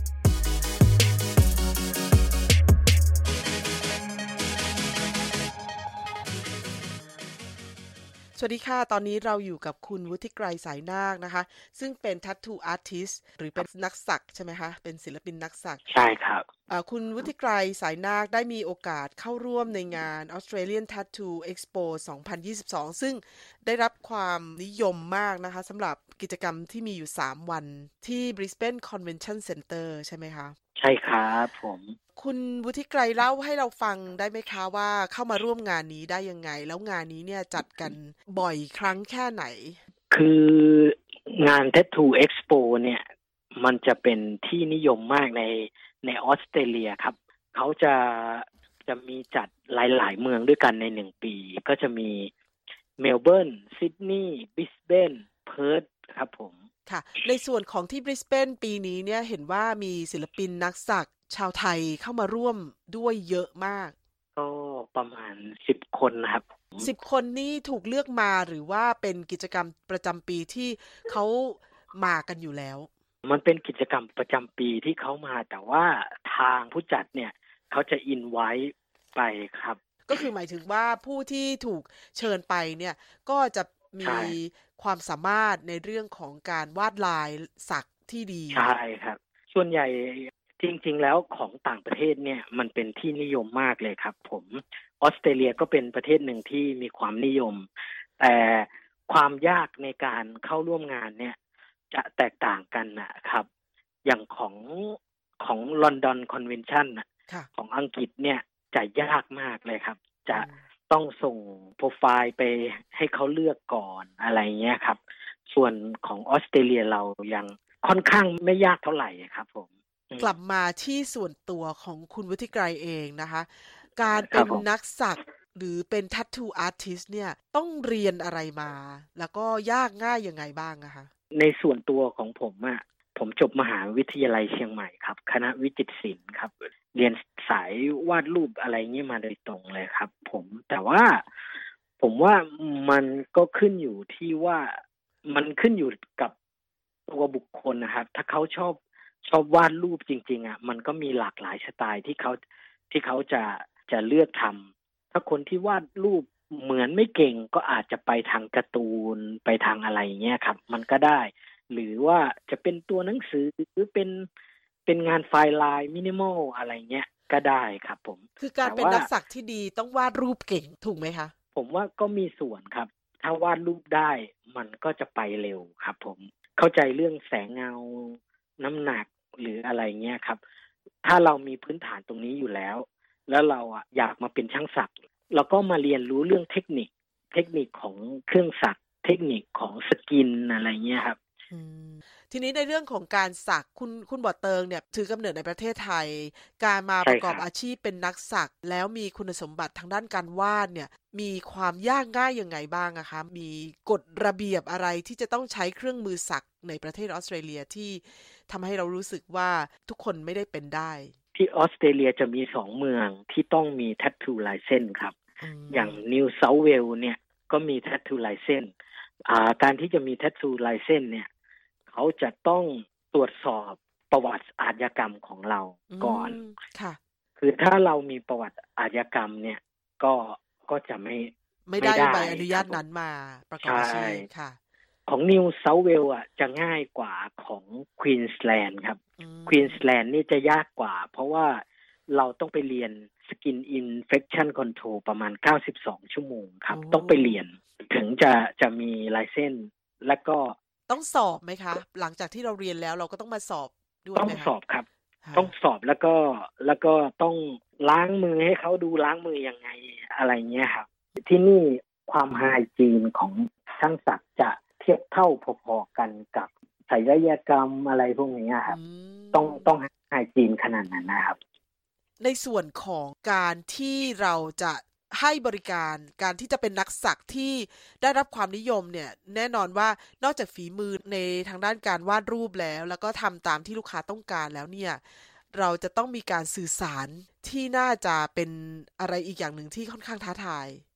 สวัสดีค่ะตอนนี้เราอยู่กับคุณวุฒิไกรสายนาคนะคะซึ่งเป็น Tattoo Artist หรือเป็นนักสักใช่ไหมคะเป็นศิลปินนักสัก
ใช่ครับ
คุณวุฒิไกรสายนาคได้มีโอกาสเข้าร่วมในงาน Australian Tattoo Expo สองพันยี่สิบสองซึ่งได้รับความนิยมมากนะคะสำหรับกิจกรรมที่มีอยู่สามวันที่ Brisbane Convention Centre ใช่ไหมคะ
ใช่ครับผม
คุณวุฒิไกรเล่าให้เราฟังได้ไหมคะว่าเข้ามาร่วมงานนี้ได้ยังไงแล้วงานนี้เนี่ยจัดกันบ่อยครั้งแค่ไหน
คืองาน Tattoo Expo เนี่ยมันจะเป็นที่นิยมมากในในออสเตรเลียครับเขาจะจะมีจัดหลายๆเมืองด้วยกันในหนึ่งปีก็จะมีเมลเบิร์นซิดนีย์บริสเบนเพิร์ธครับผม
ค่ะในส่วนของที่บริสเบนปีนี้เนี่ยเห็นว่ามีศิลปินนักสักชาวไทยเข้ามาร่วมด้วยเยอะมาก
ก็ประมาณสิบคนครับ
สิบคนนี้ถูกเลือกมาหรือว่าเป็นกิจกรรมประจำปีที่เขามากันอยู่แล้ว
มันเป็นกิจกรรมประจำปีที่เขามาแต่ว่าทางผู้จัดเนี่ยเขาจะอินไว้ไปครับ
ก็คือหมายถึงว่าผู้ที่ถูกเชิญไปเนี่ยก็จะมีความสามารถในเรื่องของการวาดลายสักที่ดี
ใช่ครับส่วนใหญ่จริงๆแล้วของต่างประเทศเนี่ยมันเป็นที่นิยมมากเลยครับผมออสเตรเลียก็เป็นประเทศหนึ่งที่มีความนิยมแต่ความยากในการเข้าร่วมงานเนี่ยจะแตกต่างกันนะครับอย่างของของ London Convention น่ะของอังกฤษเนี่ยจะยากมากเลยครับจะต้องส่งโปรไฟล์ไปให้เขาเลือกก่อนอะไรเงี้ยครับส่วนของออสเตรเลียเรายังค่อนข้างไม่ยากเท่าไหร่ครับผม
กลับมาที่ส่วนตัวของคุณวุฒิไกรเองนะคะการเป็นนักสักหรือเป็น Tattoo Artist เนี่ยต้องเรียนอะไรมาแล้วก็ยากง่ายยังไงบ้างนะคะ
ในส่วนตัวของผมอ่ะผมจบมหาวิทยาลัยเชียงใหม่ครับคณะวิจิตรศิลป์ครับเรียนสายวาดรูปอะไรเงี้ยมาโดยตรงเลยครับผมแต่ว่าผมว่ามันก็ขึ้นอยู่ที่ว่ามันขึ้นอยู่กับตัวบุคคลนะครับถ้าเขาชอบชอบวาดรูปจริงๆอ่ะมันก็มีหลากหลายสไตล์ที่เขาที่เขาจะจะเลือกทำถ้าคนที่วาดรูปเหมือนไม่เก่งก็อาจจะไปทางการ์ตูนไปทางอะไรเงี้ยครับมันก็ได้หรือว่าจะเป็นตัวหนังสือหรือเป็นเป็นงานไฟล์ลายมินิมอลอะไรเงี้ยก็ได้ครับผม
คือการเป็นนักสักที่ดีต้องวาดรูปเก่งถูกไหมคะ
ผมว่าก็มีส่วนครับถ้าวาดรูปได้มันก็จะไปเร็วครับผมเข้าใจเรื่องแสงเงาน้ำหนักหรืออะไรเงี้ยครับถ้าเรามีพื้นฐานตรงนี้อยู่แล้วแล้วเราอ่ะอยากมาเป็นช่างสักเราก็มาเรียนรู้เรื่องเทคนิคเทคนิคของเครื่องสักเทคนิคของสกินอะไรเงี้ยครับ
ทีนี้ในเรื่องของการสักคุณคุณบ่อเติงเนี่ยถือกำเนิดในประเทศไทยการมาประกอบอาชีพเป็นนักสักแล้วมีคุณสมบัติทางด้านการวาดเนี่ยมีความยากง่ายยังไงบ้างอะคะมีกฎระเบียบอะไรที่จะต้องใช้เครื่องมือสักในประเทศออสเตรเลียที่ทำให้เรารู้สึกว่าทุกคนไม่ได้เป็นได้
ที่ออสเตรเลียจะมีสองเมืองที่ต้องมี Tattoo License ครับ อ, อย่าง New South Wales เนี่ยก็มี Tattoo License อ่าการที่จะมี Tattoo License เนี่ยเขาจะต้องตรวจสอบประวัติอาชญากรรมของเราก่อน
ค่ะ
คือถ้าเรามีประวัติอาชญากรรมเนี่ยก็ก็จะไม่
ไม่ได้ใบอนุญาตนั้นมาประกอบอาชีพค่ะ
ของ New South Wales อ่ะจะง่ายกว่าของ Queensland ครับ Queensland นี่จะยากกว่าเพราะว่าเราต้องไปเรียน Skin Infection Control ประมาณเก้าสิบสองชั่วโมงครับต้องไปเรียนถึงจะจะมีไลเซนส์แล้วก็
ต้องสอบไหมคะหลังจากที่เราเรียนแล้วเราก็ต้องมาสอบด้วย
ต้องสอบครับต้องสอบแล้วก็แล้วก็ต้องล้างมือให้เขาดูล้างมือยังไงอะไรเงี้ยครับที่นี่ความไฮจีนของช่างสักจะเทียบเท่าพอๆกันกับศัลยกรรมอะไรพวกนี้ครับต้องต้องไฮจีนขนาดนั้นนะครับ
ในส่วนของการที่เราจะให้บริการการที่จะเป็นนักสักที่ได้รับความนิยมเนี่ยแน่นอนว่านอกจากฝีมือในทางด้านการวาดรูปแล้วแล้วก็ทำตามที่ลูกค้าต้องการแล้วเนี่ยเราจะต้องมีการสื่อสารที่น่าจะเป็นอะไรอีกอย่างหนึ่งที่ค่อนข้างท้าทาย
โอ้โห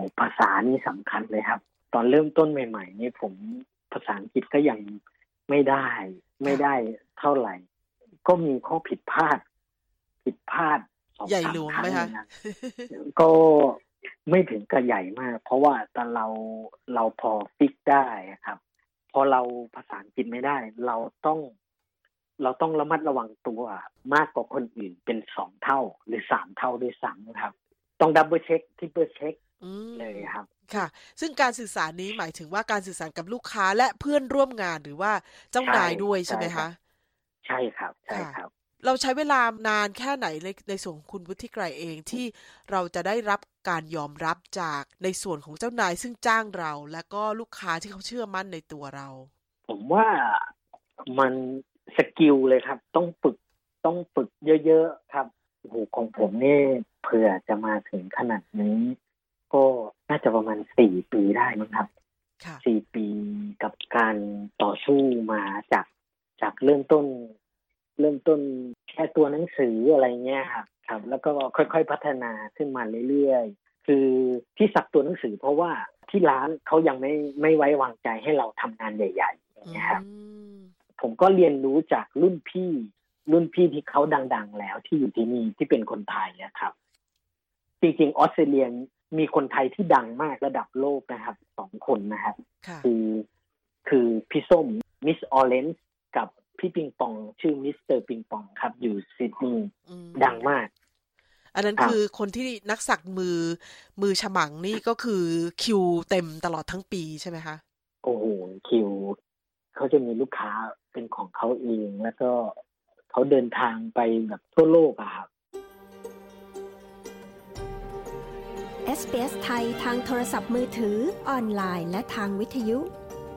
ภาษานี่สำคัญเลยครับตอนเริ่มต้นใหม่ๆนี่ผมภาษาอังกฤษก็ยังไม่ได้ไม่ได้เท่าไหร่ก็มีข้อผิดพลาดผิดพลาดสองสามครั้งใหญ่หลวงไหมคะ ก็ไม่ถึงกับใหญ่มากเพราะว่าตอนเราเราพอฟิกได้ครับพอเราภาษาอังกฤษไม่ได้เราต้องเราต้องระมัดระวังตัวมากกว่าคนอื่นเป็นสองเท่าหรือสามเท่าด้วยซ้ำครับต้องดับเบิลเช็คทริปเปิลเช็คเลยครับ
ค่ะซึ่งการสื่อสารนี้หมายถึงว่าการสื่อสารกับลูกค้าและเพื่อนร่วมงานหรือว่าเจ้านายด้วยใช่ไหมคะ
ใช่ครับใช่ครับ
เราใช้เวลานานแค่ไหนในในส่วนของคุณวุฒิไกรเองที่เราจะได้รับการยอมรับจากในส่วนของเจ้านายซึ่งจ้างเราและก็ลูกค้าที่เขาเชื่อมั่นในตัวเรา
ผมว่ามันสกิลเลยครับต้องฝึกต้องฝึกเยอะๆครับโอ้โหของผมนี่เผื่อจะมาถึงขนาดนี้ก็น่าจะประมาณสี่ปีได้มั้งครับสี่ปีกับการต่อสู้มาจากจากเริ่มต้นเริ่มต้นแค่ตัวหนังสืออะไรเงี้ยครับครับแล้วก็ค่อยๆพัฒนาขึ้นมาเรื่อยๆคือที่สักตัวหนังสือเพราะว่าที่ร้านเขายังไม่ไม่ไว้วางใจให้เราทำงานใหญ่ๆอย่างเงี้ยครับผมก็เรียนรู้จากรุ่นพี่รุ่นพี่ที่เขาดังๆแล้วที่อยู่ที่นี่ที่เป็นคนไทยนะครับจริงๆออสเตรเลียมีคนไทยที่ดังมากระดับโลกนะครับสองคนนะครับคือคือพี่ส้มมิสออเรนจ์กับพี่ปิงปองชื่อมิสเตอร์ปิงปองครับอยู่ซิดนีย์ดังมาก
อันนั้นคือคนที่นักสักมือมือฉมังนี่ก็คือคิวเต็มตลอดทั้งปีใช่ไหมคะ
โอ้โหคิวเขาจะมีลูกค้าเป็นของเขาเองแล้วก็เขาเดินทางไปแบบทั่วโลกอะครับ
เอส บี เอส ไทยทางโทรศัพท์มือถือออนไลน์และทางวิทยุ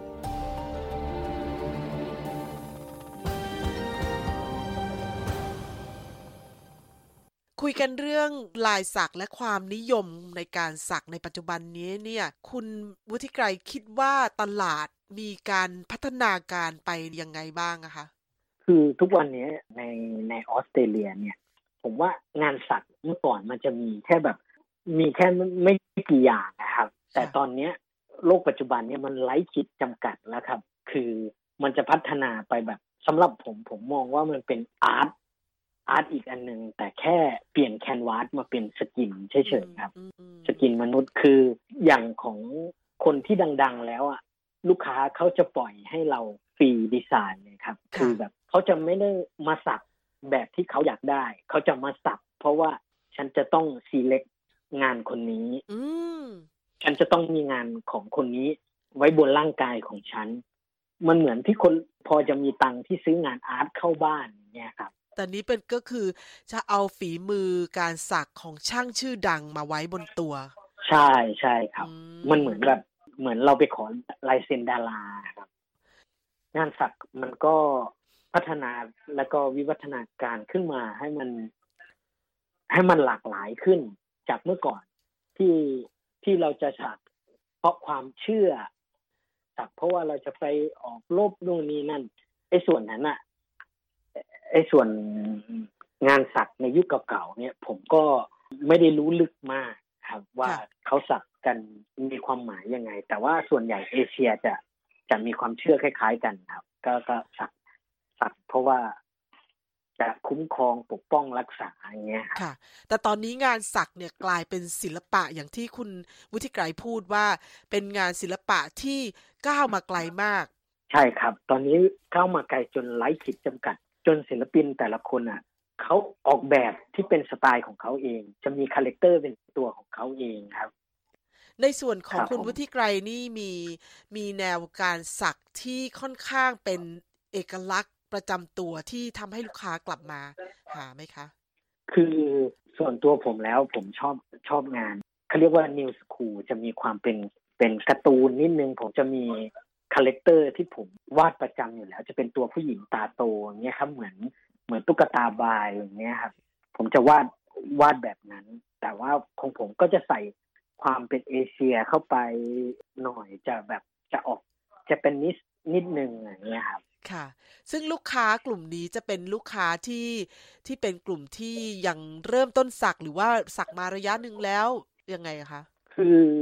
คุยกันเรื่องลายสักและความนิยมในการสักในปัจจุบันนี้เนี่ยคุณวุฒิไกรคิดว่าตลาดมีการพัฒนาการไปยังไงบ้างอะคะ
คือทุกวันนี้ในในออสเตรเลียเนี่ยผมว่างานสักเมื่อก่อนมันจะมีแค่แบบมีแค่ไม่กี่อย่างนะครับแต่ตอนนี้โลกปัจจุบันเนี่ยมันไร้ขีดจำกัดแล้วครับคือมันจะพัฒนาไปแบบสำหรับผมผมมองว่ามันเป็นอาร์ตอาร์ตอีกอันนึงแต่แค่เปลี่ยนแคนวาสมาเป็นสกินเฉยๆครับสกินมนุษย์คืออย่างของคนที่ดังๆแล้วอ่ะลูกค้าเขาจะปล่อยให้เราฟรีดีไซน์เลยครับคือแบบเขาจะไม่ได้มาสักแบบที่เขาอยากได้เขาจะมาสักเพราะว่าฉันจะต้อง select งานคนนี้ฉันจะต้องมีงานของคนนี้ไว้บนร่างกายของฉันมันเหมือนที่คนพอจะมีตังค์ที่ซื้องานอาร์ตเข้าบ้านเนี่ยครับ
แต่นี้เป็นก็คือจะเอาฝีมือการสักของช่างชื่อดังมาไว้บนตัว
ใช่ใช่ครับมันเหมือนแบบเหมือนเราไปขอลายเซ็นดาราครับงานสักมันก็พัฒนาแล้วก็วิวัฒนาการขึ้นมาให้มันให้มันหลากหลายขึ้นจากเมื่อก่อนที่ที่เราจะสักเพราะความเชื่อสักเพราะว่าเราจะไปออกรบนู่นนี่นั่นไอ้ส่วนนั้นอะไอ้ส่วนงานสักในยุคเก่าๆเนี่ยผมก็ไม่ได้รู้ลึกมากครับว่าเขาสักกันมีความหมายยังไงแต่ว่าส่วนใหญ่เอเชียจะจะมีความเชื่อคล้ายๆกันครับก็ก็สักสักเพราะว่าจะคุ้มครองปกป้องรักษาอย่างเงี้ย
ค่ะแต่ตอนนี้งานสักเนี่ยกลายเป็นศิลปะอย่างที่คุณวุฒิไกรพูดว่าเป็นงานศิลปะที่ก้าวมาไกลมาก
ใช่ครับตอนนี้ก้าวมาไกลจนไร้ขีดจำกัดจนศิลปินแต่ละคนอ่ะเขาออกแบบที่เป็นสไตล์ของเขาเองจะมีคาแรคเตอร์เป็นตัวของเขาเองครับ
ในส่วนของคุณวุฒิไกรนี่มีมีแนวการสักที่ค่อนข้างเป็นเอกลักษณ์ประจำตัวที่ทำให้ลูกค้ากลับมาหาไหมคะ
คือส่วนตัวผมแล้วผมชอบชอบงานเขาเรียกว่า New School จะมีความเป็นเป็นการ์ตูนนิดนึงผมจะมีคาแรคเตอร์ที่ผมวาดประจำอยู่แล้วจะเป็นตัวผู้หญิงตาโตอย่างเงี้ยครับเหมือนเหมือนตุ๊กตาบายอย่างเงี้ยครับผมจะวาดวาดแบบนั้นแต่ว่าของผมก็จะใส่ความเป็นเอเชียเข้าไปหน่อยจะแบบจะออกจะเป็นนิดนิดนึงอย่างเงี้ยครับ
ค่ะซึ่งลูกค้ากลุ่มนี้จะเป็นลูกค้าที่ที่เป็นกลุ่มที่ยังเริ่มต้นสักหรือว่าสักมาระยะนึงแล้วยังไงคะ
คือ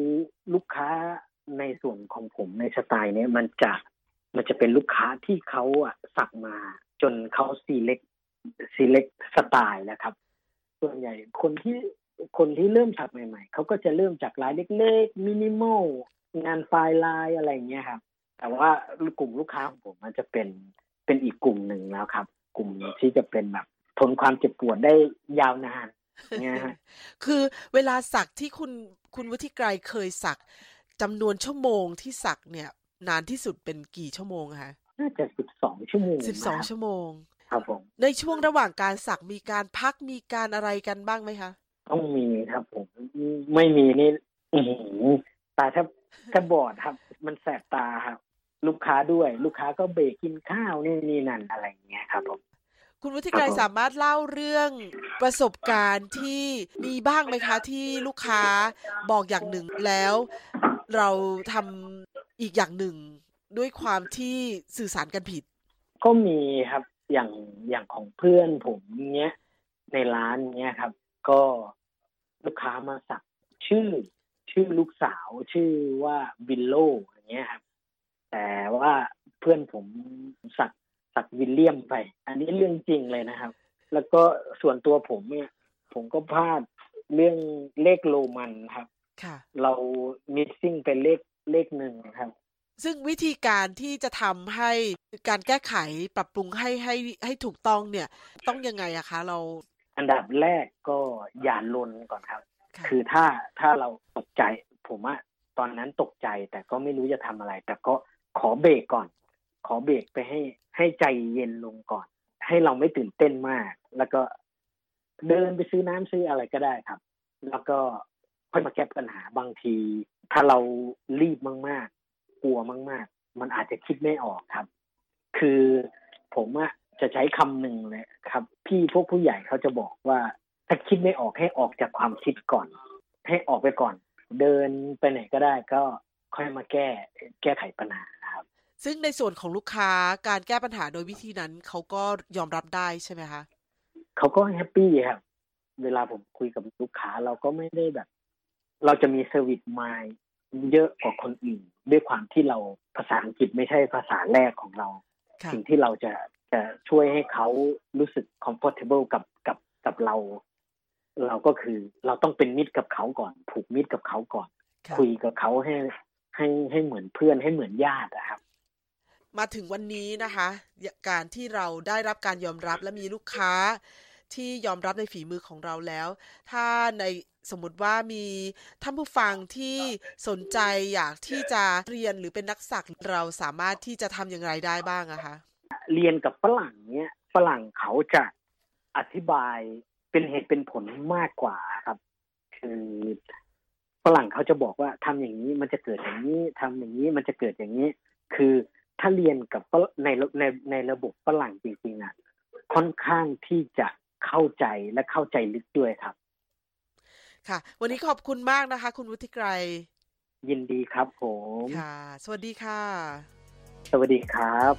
ลูกค้าในส่วนของผมในสไตล์นี้มันจะมันจะเป็นลูกค้าที่เขาอ่ะสักมาจนเขา select select สไตล์แล้วครับส่วนใหญ่คนที่คนที่เริ่มสักใหม่ๆเขาก็จะเริ่มจากลายเล็กๆมินิมอลงานไฟล์ลายอะไรอย่างเงี้ยครับแต่ว่ากลุ่มลูกค้าของผมมันจะเป็นเป็นอีกกลุ่มหนึ่งแล้วครับกลุ่มที่จะเป็นแบบทนความเจ็บปวดได้ยาวนานเนี่ยฮะ
คือเวลาสักที่คุณคุณวุฒิไกรเคยสักจำนวนชั่วโมงที่สักเนี่ยนานที่สุดเป็นกี่ชั่วโมงคะ
น่าจะสิบสองชั่วโมง
สิบสองชั่วโมง
ครับผม
ในช่วงระหว่างการสักมีการพักมีการอะไรกันบ้างไหมคะ
ต้องมีครับผมไม่มีนี่อื้อหือตาแทบแทบบอดครับมันแสบตาครับลูกค้าด้วยลูกค้าก็เบรกกินข้าวนี่นี่นั่นอะไรอย่างเงี้ยครับผม
คุณวุฒิไกรสามารถเล่าเรื่องประสบการณ์ที่มีบ้างไหมคะที่ลูกค้าบอกอย่างหนึ่งแล้วเราทำอีกอย่างหนึ่งด้วยความที่สื่อสารกันผิด
ก็มีครับอย่างอย่างของเพื่อนผมเนี้ยในร้านเนี้ยครับก็ลูกค้ามาสักชื่อชื่อลูกสาวชื่อว่าวิลโลอย่างเงี้ยครับแต่ว่าเพื่อนผมสักสักวิลเลียมไปอันนี้เรื่องจริงเลยนะครับแล้วก็ส่วนตัวผมเนี่ยผมก็พลาดเรื่องเลขโรมันครับ
ค่ะ
เรามิสซิ่งเป็นเลขเลขหนึ่งครับ
ซึ่งวิธีการที่จะทำให้การแก้ไขปรับปรุงให้ให้ให้ถูกต้องเนี่ยต้องยังไงอะคะเรา
อันดับแรกก็อย่าลนก่อนครับคือถ้าถ้าเราตกใจผมอะตอนนั้นตกใจแต่ก็ไม่รู้จะทำอะไรแต่ก็ขอเบรกก่อนขอเบรกไปให้ให้ใจเย็นลงก่อนให้เราไม่ตื่นเต้นมากแล้วก็เดินไปซื้อน้ำซื้ออะไรก็ได้ครับแล้วก็ค่อยมาแก้ปัญหาบางทีถ้าเรารีบมากๆกลัวมากๆมันอาจจะคิดไม่ออกครับคือผมอะจะใช้คำหนึ่งเลยครับพี่พวกผู้ใหญ่เขาจะบอกว่าถ้าคิดไม่ออกให้ออกจากความคิดก่อนให้ออกไปก่อนเดินไปไหนก็ได้ก็ค่อยมาแก้แก้ไขปัญหาครับ
ซึ่งในส่วนของลูกค้าการแก้ปัญหาโดยวิธีนั้นเขาก็ยอมรับได้ใช่ไหมคะ
เขาก็แฮปปี้ครับเวลาผมคุยกับลูกค้าเราก็ไม่ได้แบบเราจะมีเซอร์วิสมายเยอะกว่าคนอื่นด้วยความที่เราภาษาอังกฤษไม่ใช่ภาษาแรกของเราสิ่งที่เราจะจะช่วยให้เขารู้สึก comfortable กับกับกับเราเราก็คือเราต้องเป็นมิตรกับเขาก่อนผูกมิตรกับเขาก่อนคุยกับเขาให้ให้ให้เหมือนเพื่อนให้เหมือนญาตินะครับ
มาถึงวันนี้นะคะการที่เราได้รับการยอมรับและมีลูกค้าที่ยอมรับในฝีมือของเราแล้วถ้าในสมมุติว่ามีท่านผู้ฟังที่สนใจอยากที่จะเรียนหรือเป็นนักสักเราสามารถที่จะทำอย่างไรได้บ้างอะคะ
เรียนกับฝรั่งเนี้ยฝรั่งเขาจะอธิบายเป็นเหตุเป็นผลมากกว่าครับคือฝรั่งเขาจะบอกว่าทำอย่างนี้มันจะเกิดอย่างนี้ทำอย่างนี้มันจะเกิดอย่างนี้คือถ้าเรียนกับในในในระบบฝรั่งจริงๆอ่ะค่อนข้างที่จะเข้าใจและเข้าใจลึกด้วยครับ
ค่ะวันนี้ขอบคุณมากนะคะคุณวุฒิไกร
ยินดีครับผม
ค่ะสวัสดีค่ะ
สวัสดีครับ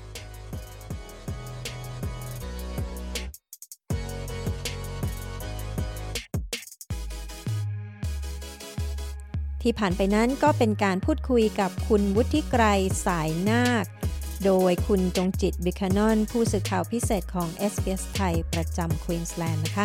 ที่ผ่านไปนั้นก็เป็นการพูดคุยกับคุณวุฒิไกรสายนาคโดยคุณจงจิตบิคานอนผู้สื่อข่าวพิเศษของ เอส บี เอส ไทยประจำควีนสแลนด์นะคะ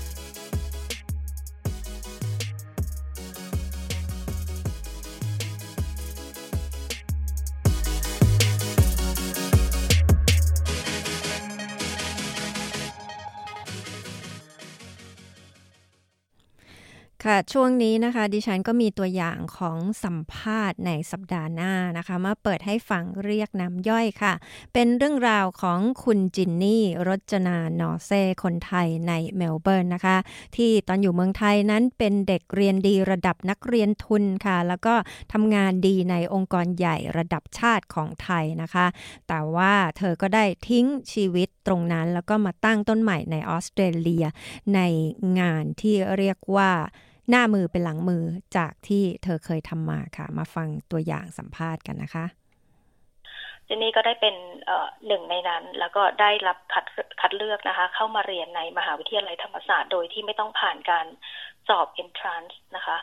ค่ะช่วงนี้นะคะดิฉันก็มีตัวอย่างของสัมภาษณ์ในสัปดาห์หน้านะคะมาเปิดให้ฟังเรียกน้ำย่อยค่ะเป็นเรื่องราวของคุณจินนี่รจนานอเซ่คนไทยในเมลเบิร์นนะคะที่ตอนอยู่เมืองไทยนั้นเป็นเด็กเรียนดีระดับนักเรียนทุนค่ะแล้วก็ทำงานดีในองค์กรใหญ่ระดับชาติของไทยนะคะแต่ว่าเธอก็ได้ทิ้งชีวิตตรงนั้นแล้วก็มาตั้งต้นใหม่ในออสเตรเลียในงานที่เรียกว่าหน้ามือเป็นหลังมือจากที่เธอเคยทำมาค่ะมาฟังตัวอย่างสัมภาษณ์กันนะคะ
เจนนี่ก็ได้เป็นเอ่อหนึ่งในนั้นแล้วก็ได้รับคัดคัดเลือกนะคะเข้ามาเรียนในมหาวิทยาลัยธรรมศาสตร์โดยที่ไม่ต้องผ่านการสอบ entrance นะคะ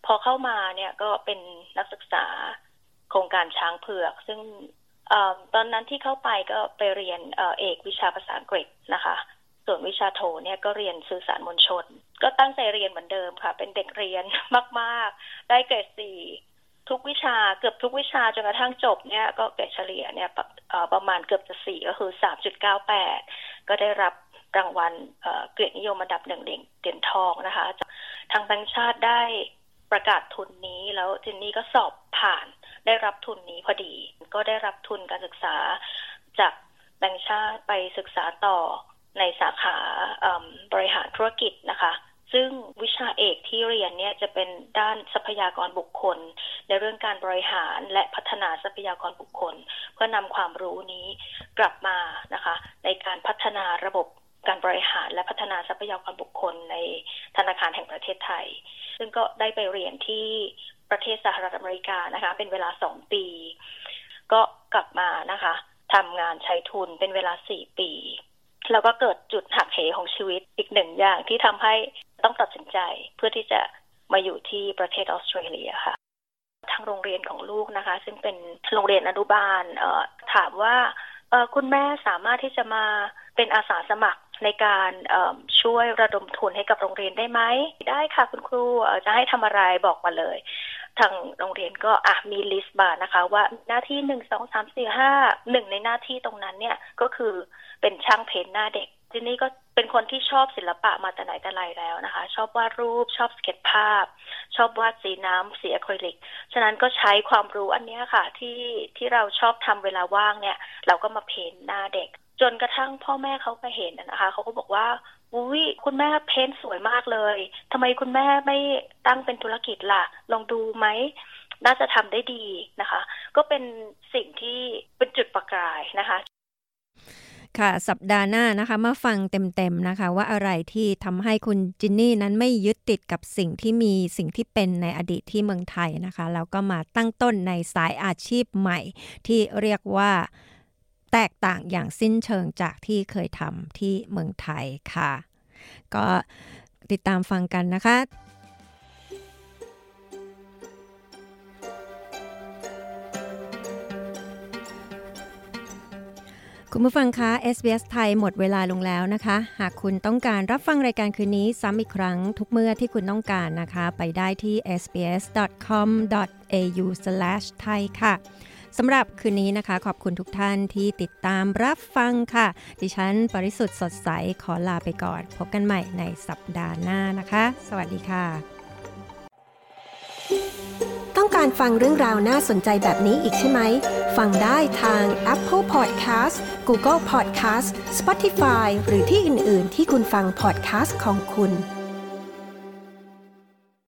พอเข้ามาเนี่ยก็เป็นนักศึกษาโครงการช้างเผือกซึ่งตอนนั้นที่เข้าไปก็ไปเรียนเอกวิชาภาษาอังกฤษนะคะส่วนวิชาโทเนี่ยก็เรียนสื่อสารมวลชนก็ตั้งใจเรียนเหมือนเดิมค่ะเป็นเด็กเรียนมากๆได้เกรดสี่ทุกวิชาเกือบทุกวิชาจนกระทั่งจบเนี่ยก็เกรดเฉลี่ยเนี่ยประมาณเกือบจะสี่ก็คือ สามจุดเก้าแปด ก็ได้รับรางวัลเกียรตินิยมอันดับหนึ่งเหรียญทองนะคะทางแบงก์ชาติได้ประกาศทุนนี้แล้วจินนี่ก็สอบผ่านได้รับทุนนี้พอดีก็ได้รับทุนการศึกษาจากแบงก์ชาติไปศึกษาต่อในสาขาบริหารธุรกิจนะคะซึ่งวิชาเอกที่เรียนเนี่ยจะเป็นด้านทรัพยากรบุคคลในเรื่องการบริหารและพัฒนาทรัพยากรบุคคลเพื่อนำความรู้นี้กลับมานะคะในการพัฒนาระบบการบริหารและพัฒนาทรัพยากรบุคคลในธนาคารแห่งประเทศไทยซึ่งก็ได้ไปเรียนที่ประเทศสหรัฐอเมริกานะคะเป็นเวลาสองปีก็กลับมานะคะทำงานใช้ทุนเป็นเวลาสี่ปีแล้วก็เกิดจุดหักเหของชีวิตอีกหนึ่งอย่างที่ทำให้ต้องตัดสินใจเพื่อที่จะมาอยู่ที่ประเทศออสเตรเลียค่ะทางโรงเรียนของลูกนะคะซึ่งเป็นโรงเรียนอนุบาลเอ่อถามว่าเอ่อคุณแม่สามารถที่จะมาเป็นอาสาสมัครในการเอ่อช่วยระดมทุนให้กับโรงเรียนได้ไหมได้ค่ะคุณครูเอ่อจะให้ทำอะไรบอกมาเลยทางโรงเรียนก็อ่ะมีลิสต์มานะคะว่าหน้าที่หนึ่ง สอง สาม สี่ ห้า หนึ่งในหน้าที่ตรงนั้นเนี่ยก็คือเป็นช่างเพ้นท์หน้าเด็กทีนี้ก็เป็นคนที่ชอบศิลปะมาแต่ไหนแต่ไรแล้วนะคะชอบวาดรูปชอบสเก็ตภาพชอบวาดสีน้ำสีอะคริลิกฉะนั้นก็ใช้ความรู้อันนี้ค่ะที่ที่เราชอบทำเวลาว่างเนี่ยเราก็มาเพ้นท์หน้าเด็กจนกระทั่งพ่อแม่เขาไปเห็นนะคะเขาก็บอกว่าอุ้ยคุณแม่เพ้นท์สวยมากเลยทำไมคุณแม่ไม่ตั้งเป็นธุรกิจล่ะลองดูไหมน่าจะทำได้ดีนะคะก็เป็นสิ่งที่เป็นจุดประกายนะคะ
ค่ะสัปดาห์หน้านะคะมาฟังเต็มๆนะคะว่าอะไรที่ทำให้คุณจินนี่นั้นไม่ยึดติดกับสิ่งที่มีสิ่งที่เป็นในอดีตที่เมืองไทยนะคะแล้วก็มาตั้งต้นในสายอาชีพใหม่ที่เรียกว่าแตกต่างอย่างสิ้นเชิงจากที่เคยทำที่เมืองไทยค่ะก็ติดตามฟังกันนะคะคุณผู้ฟังคะ เอส บี เอส ไทยหมดเวลาลงแล้วนะคะหากคุณต้องการรับฟังรายการคืนนี้ซ้ำอีกครั้งทุกเมื่อที่คุณต้องการนะคะไปได้ที่ เอส บี เอส ดอท คอม ดอท เอ ยู สแลช ไทย ค่ะสำหรับคืนนี้นะคะขอบคุณทุกท่านที่ติดตามรับฟังค่ะดิฉันปริสุทธิ์สดใสขอลาไปก่อนพบกันใหม่ในสัปดาห์หน้านะคะสวัสดีค่ะ
ต้องการฟังเรื่องราวน่าสนใจแบบนี้อีกใช่ไหมฟังได้ทาง Apple Podcast Google Podcast Spotify หรือที่อื่นๆที่คุณฟัง podcast ของคุณ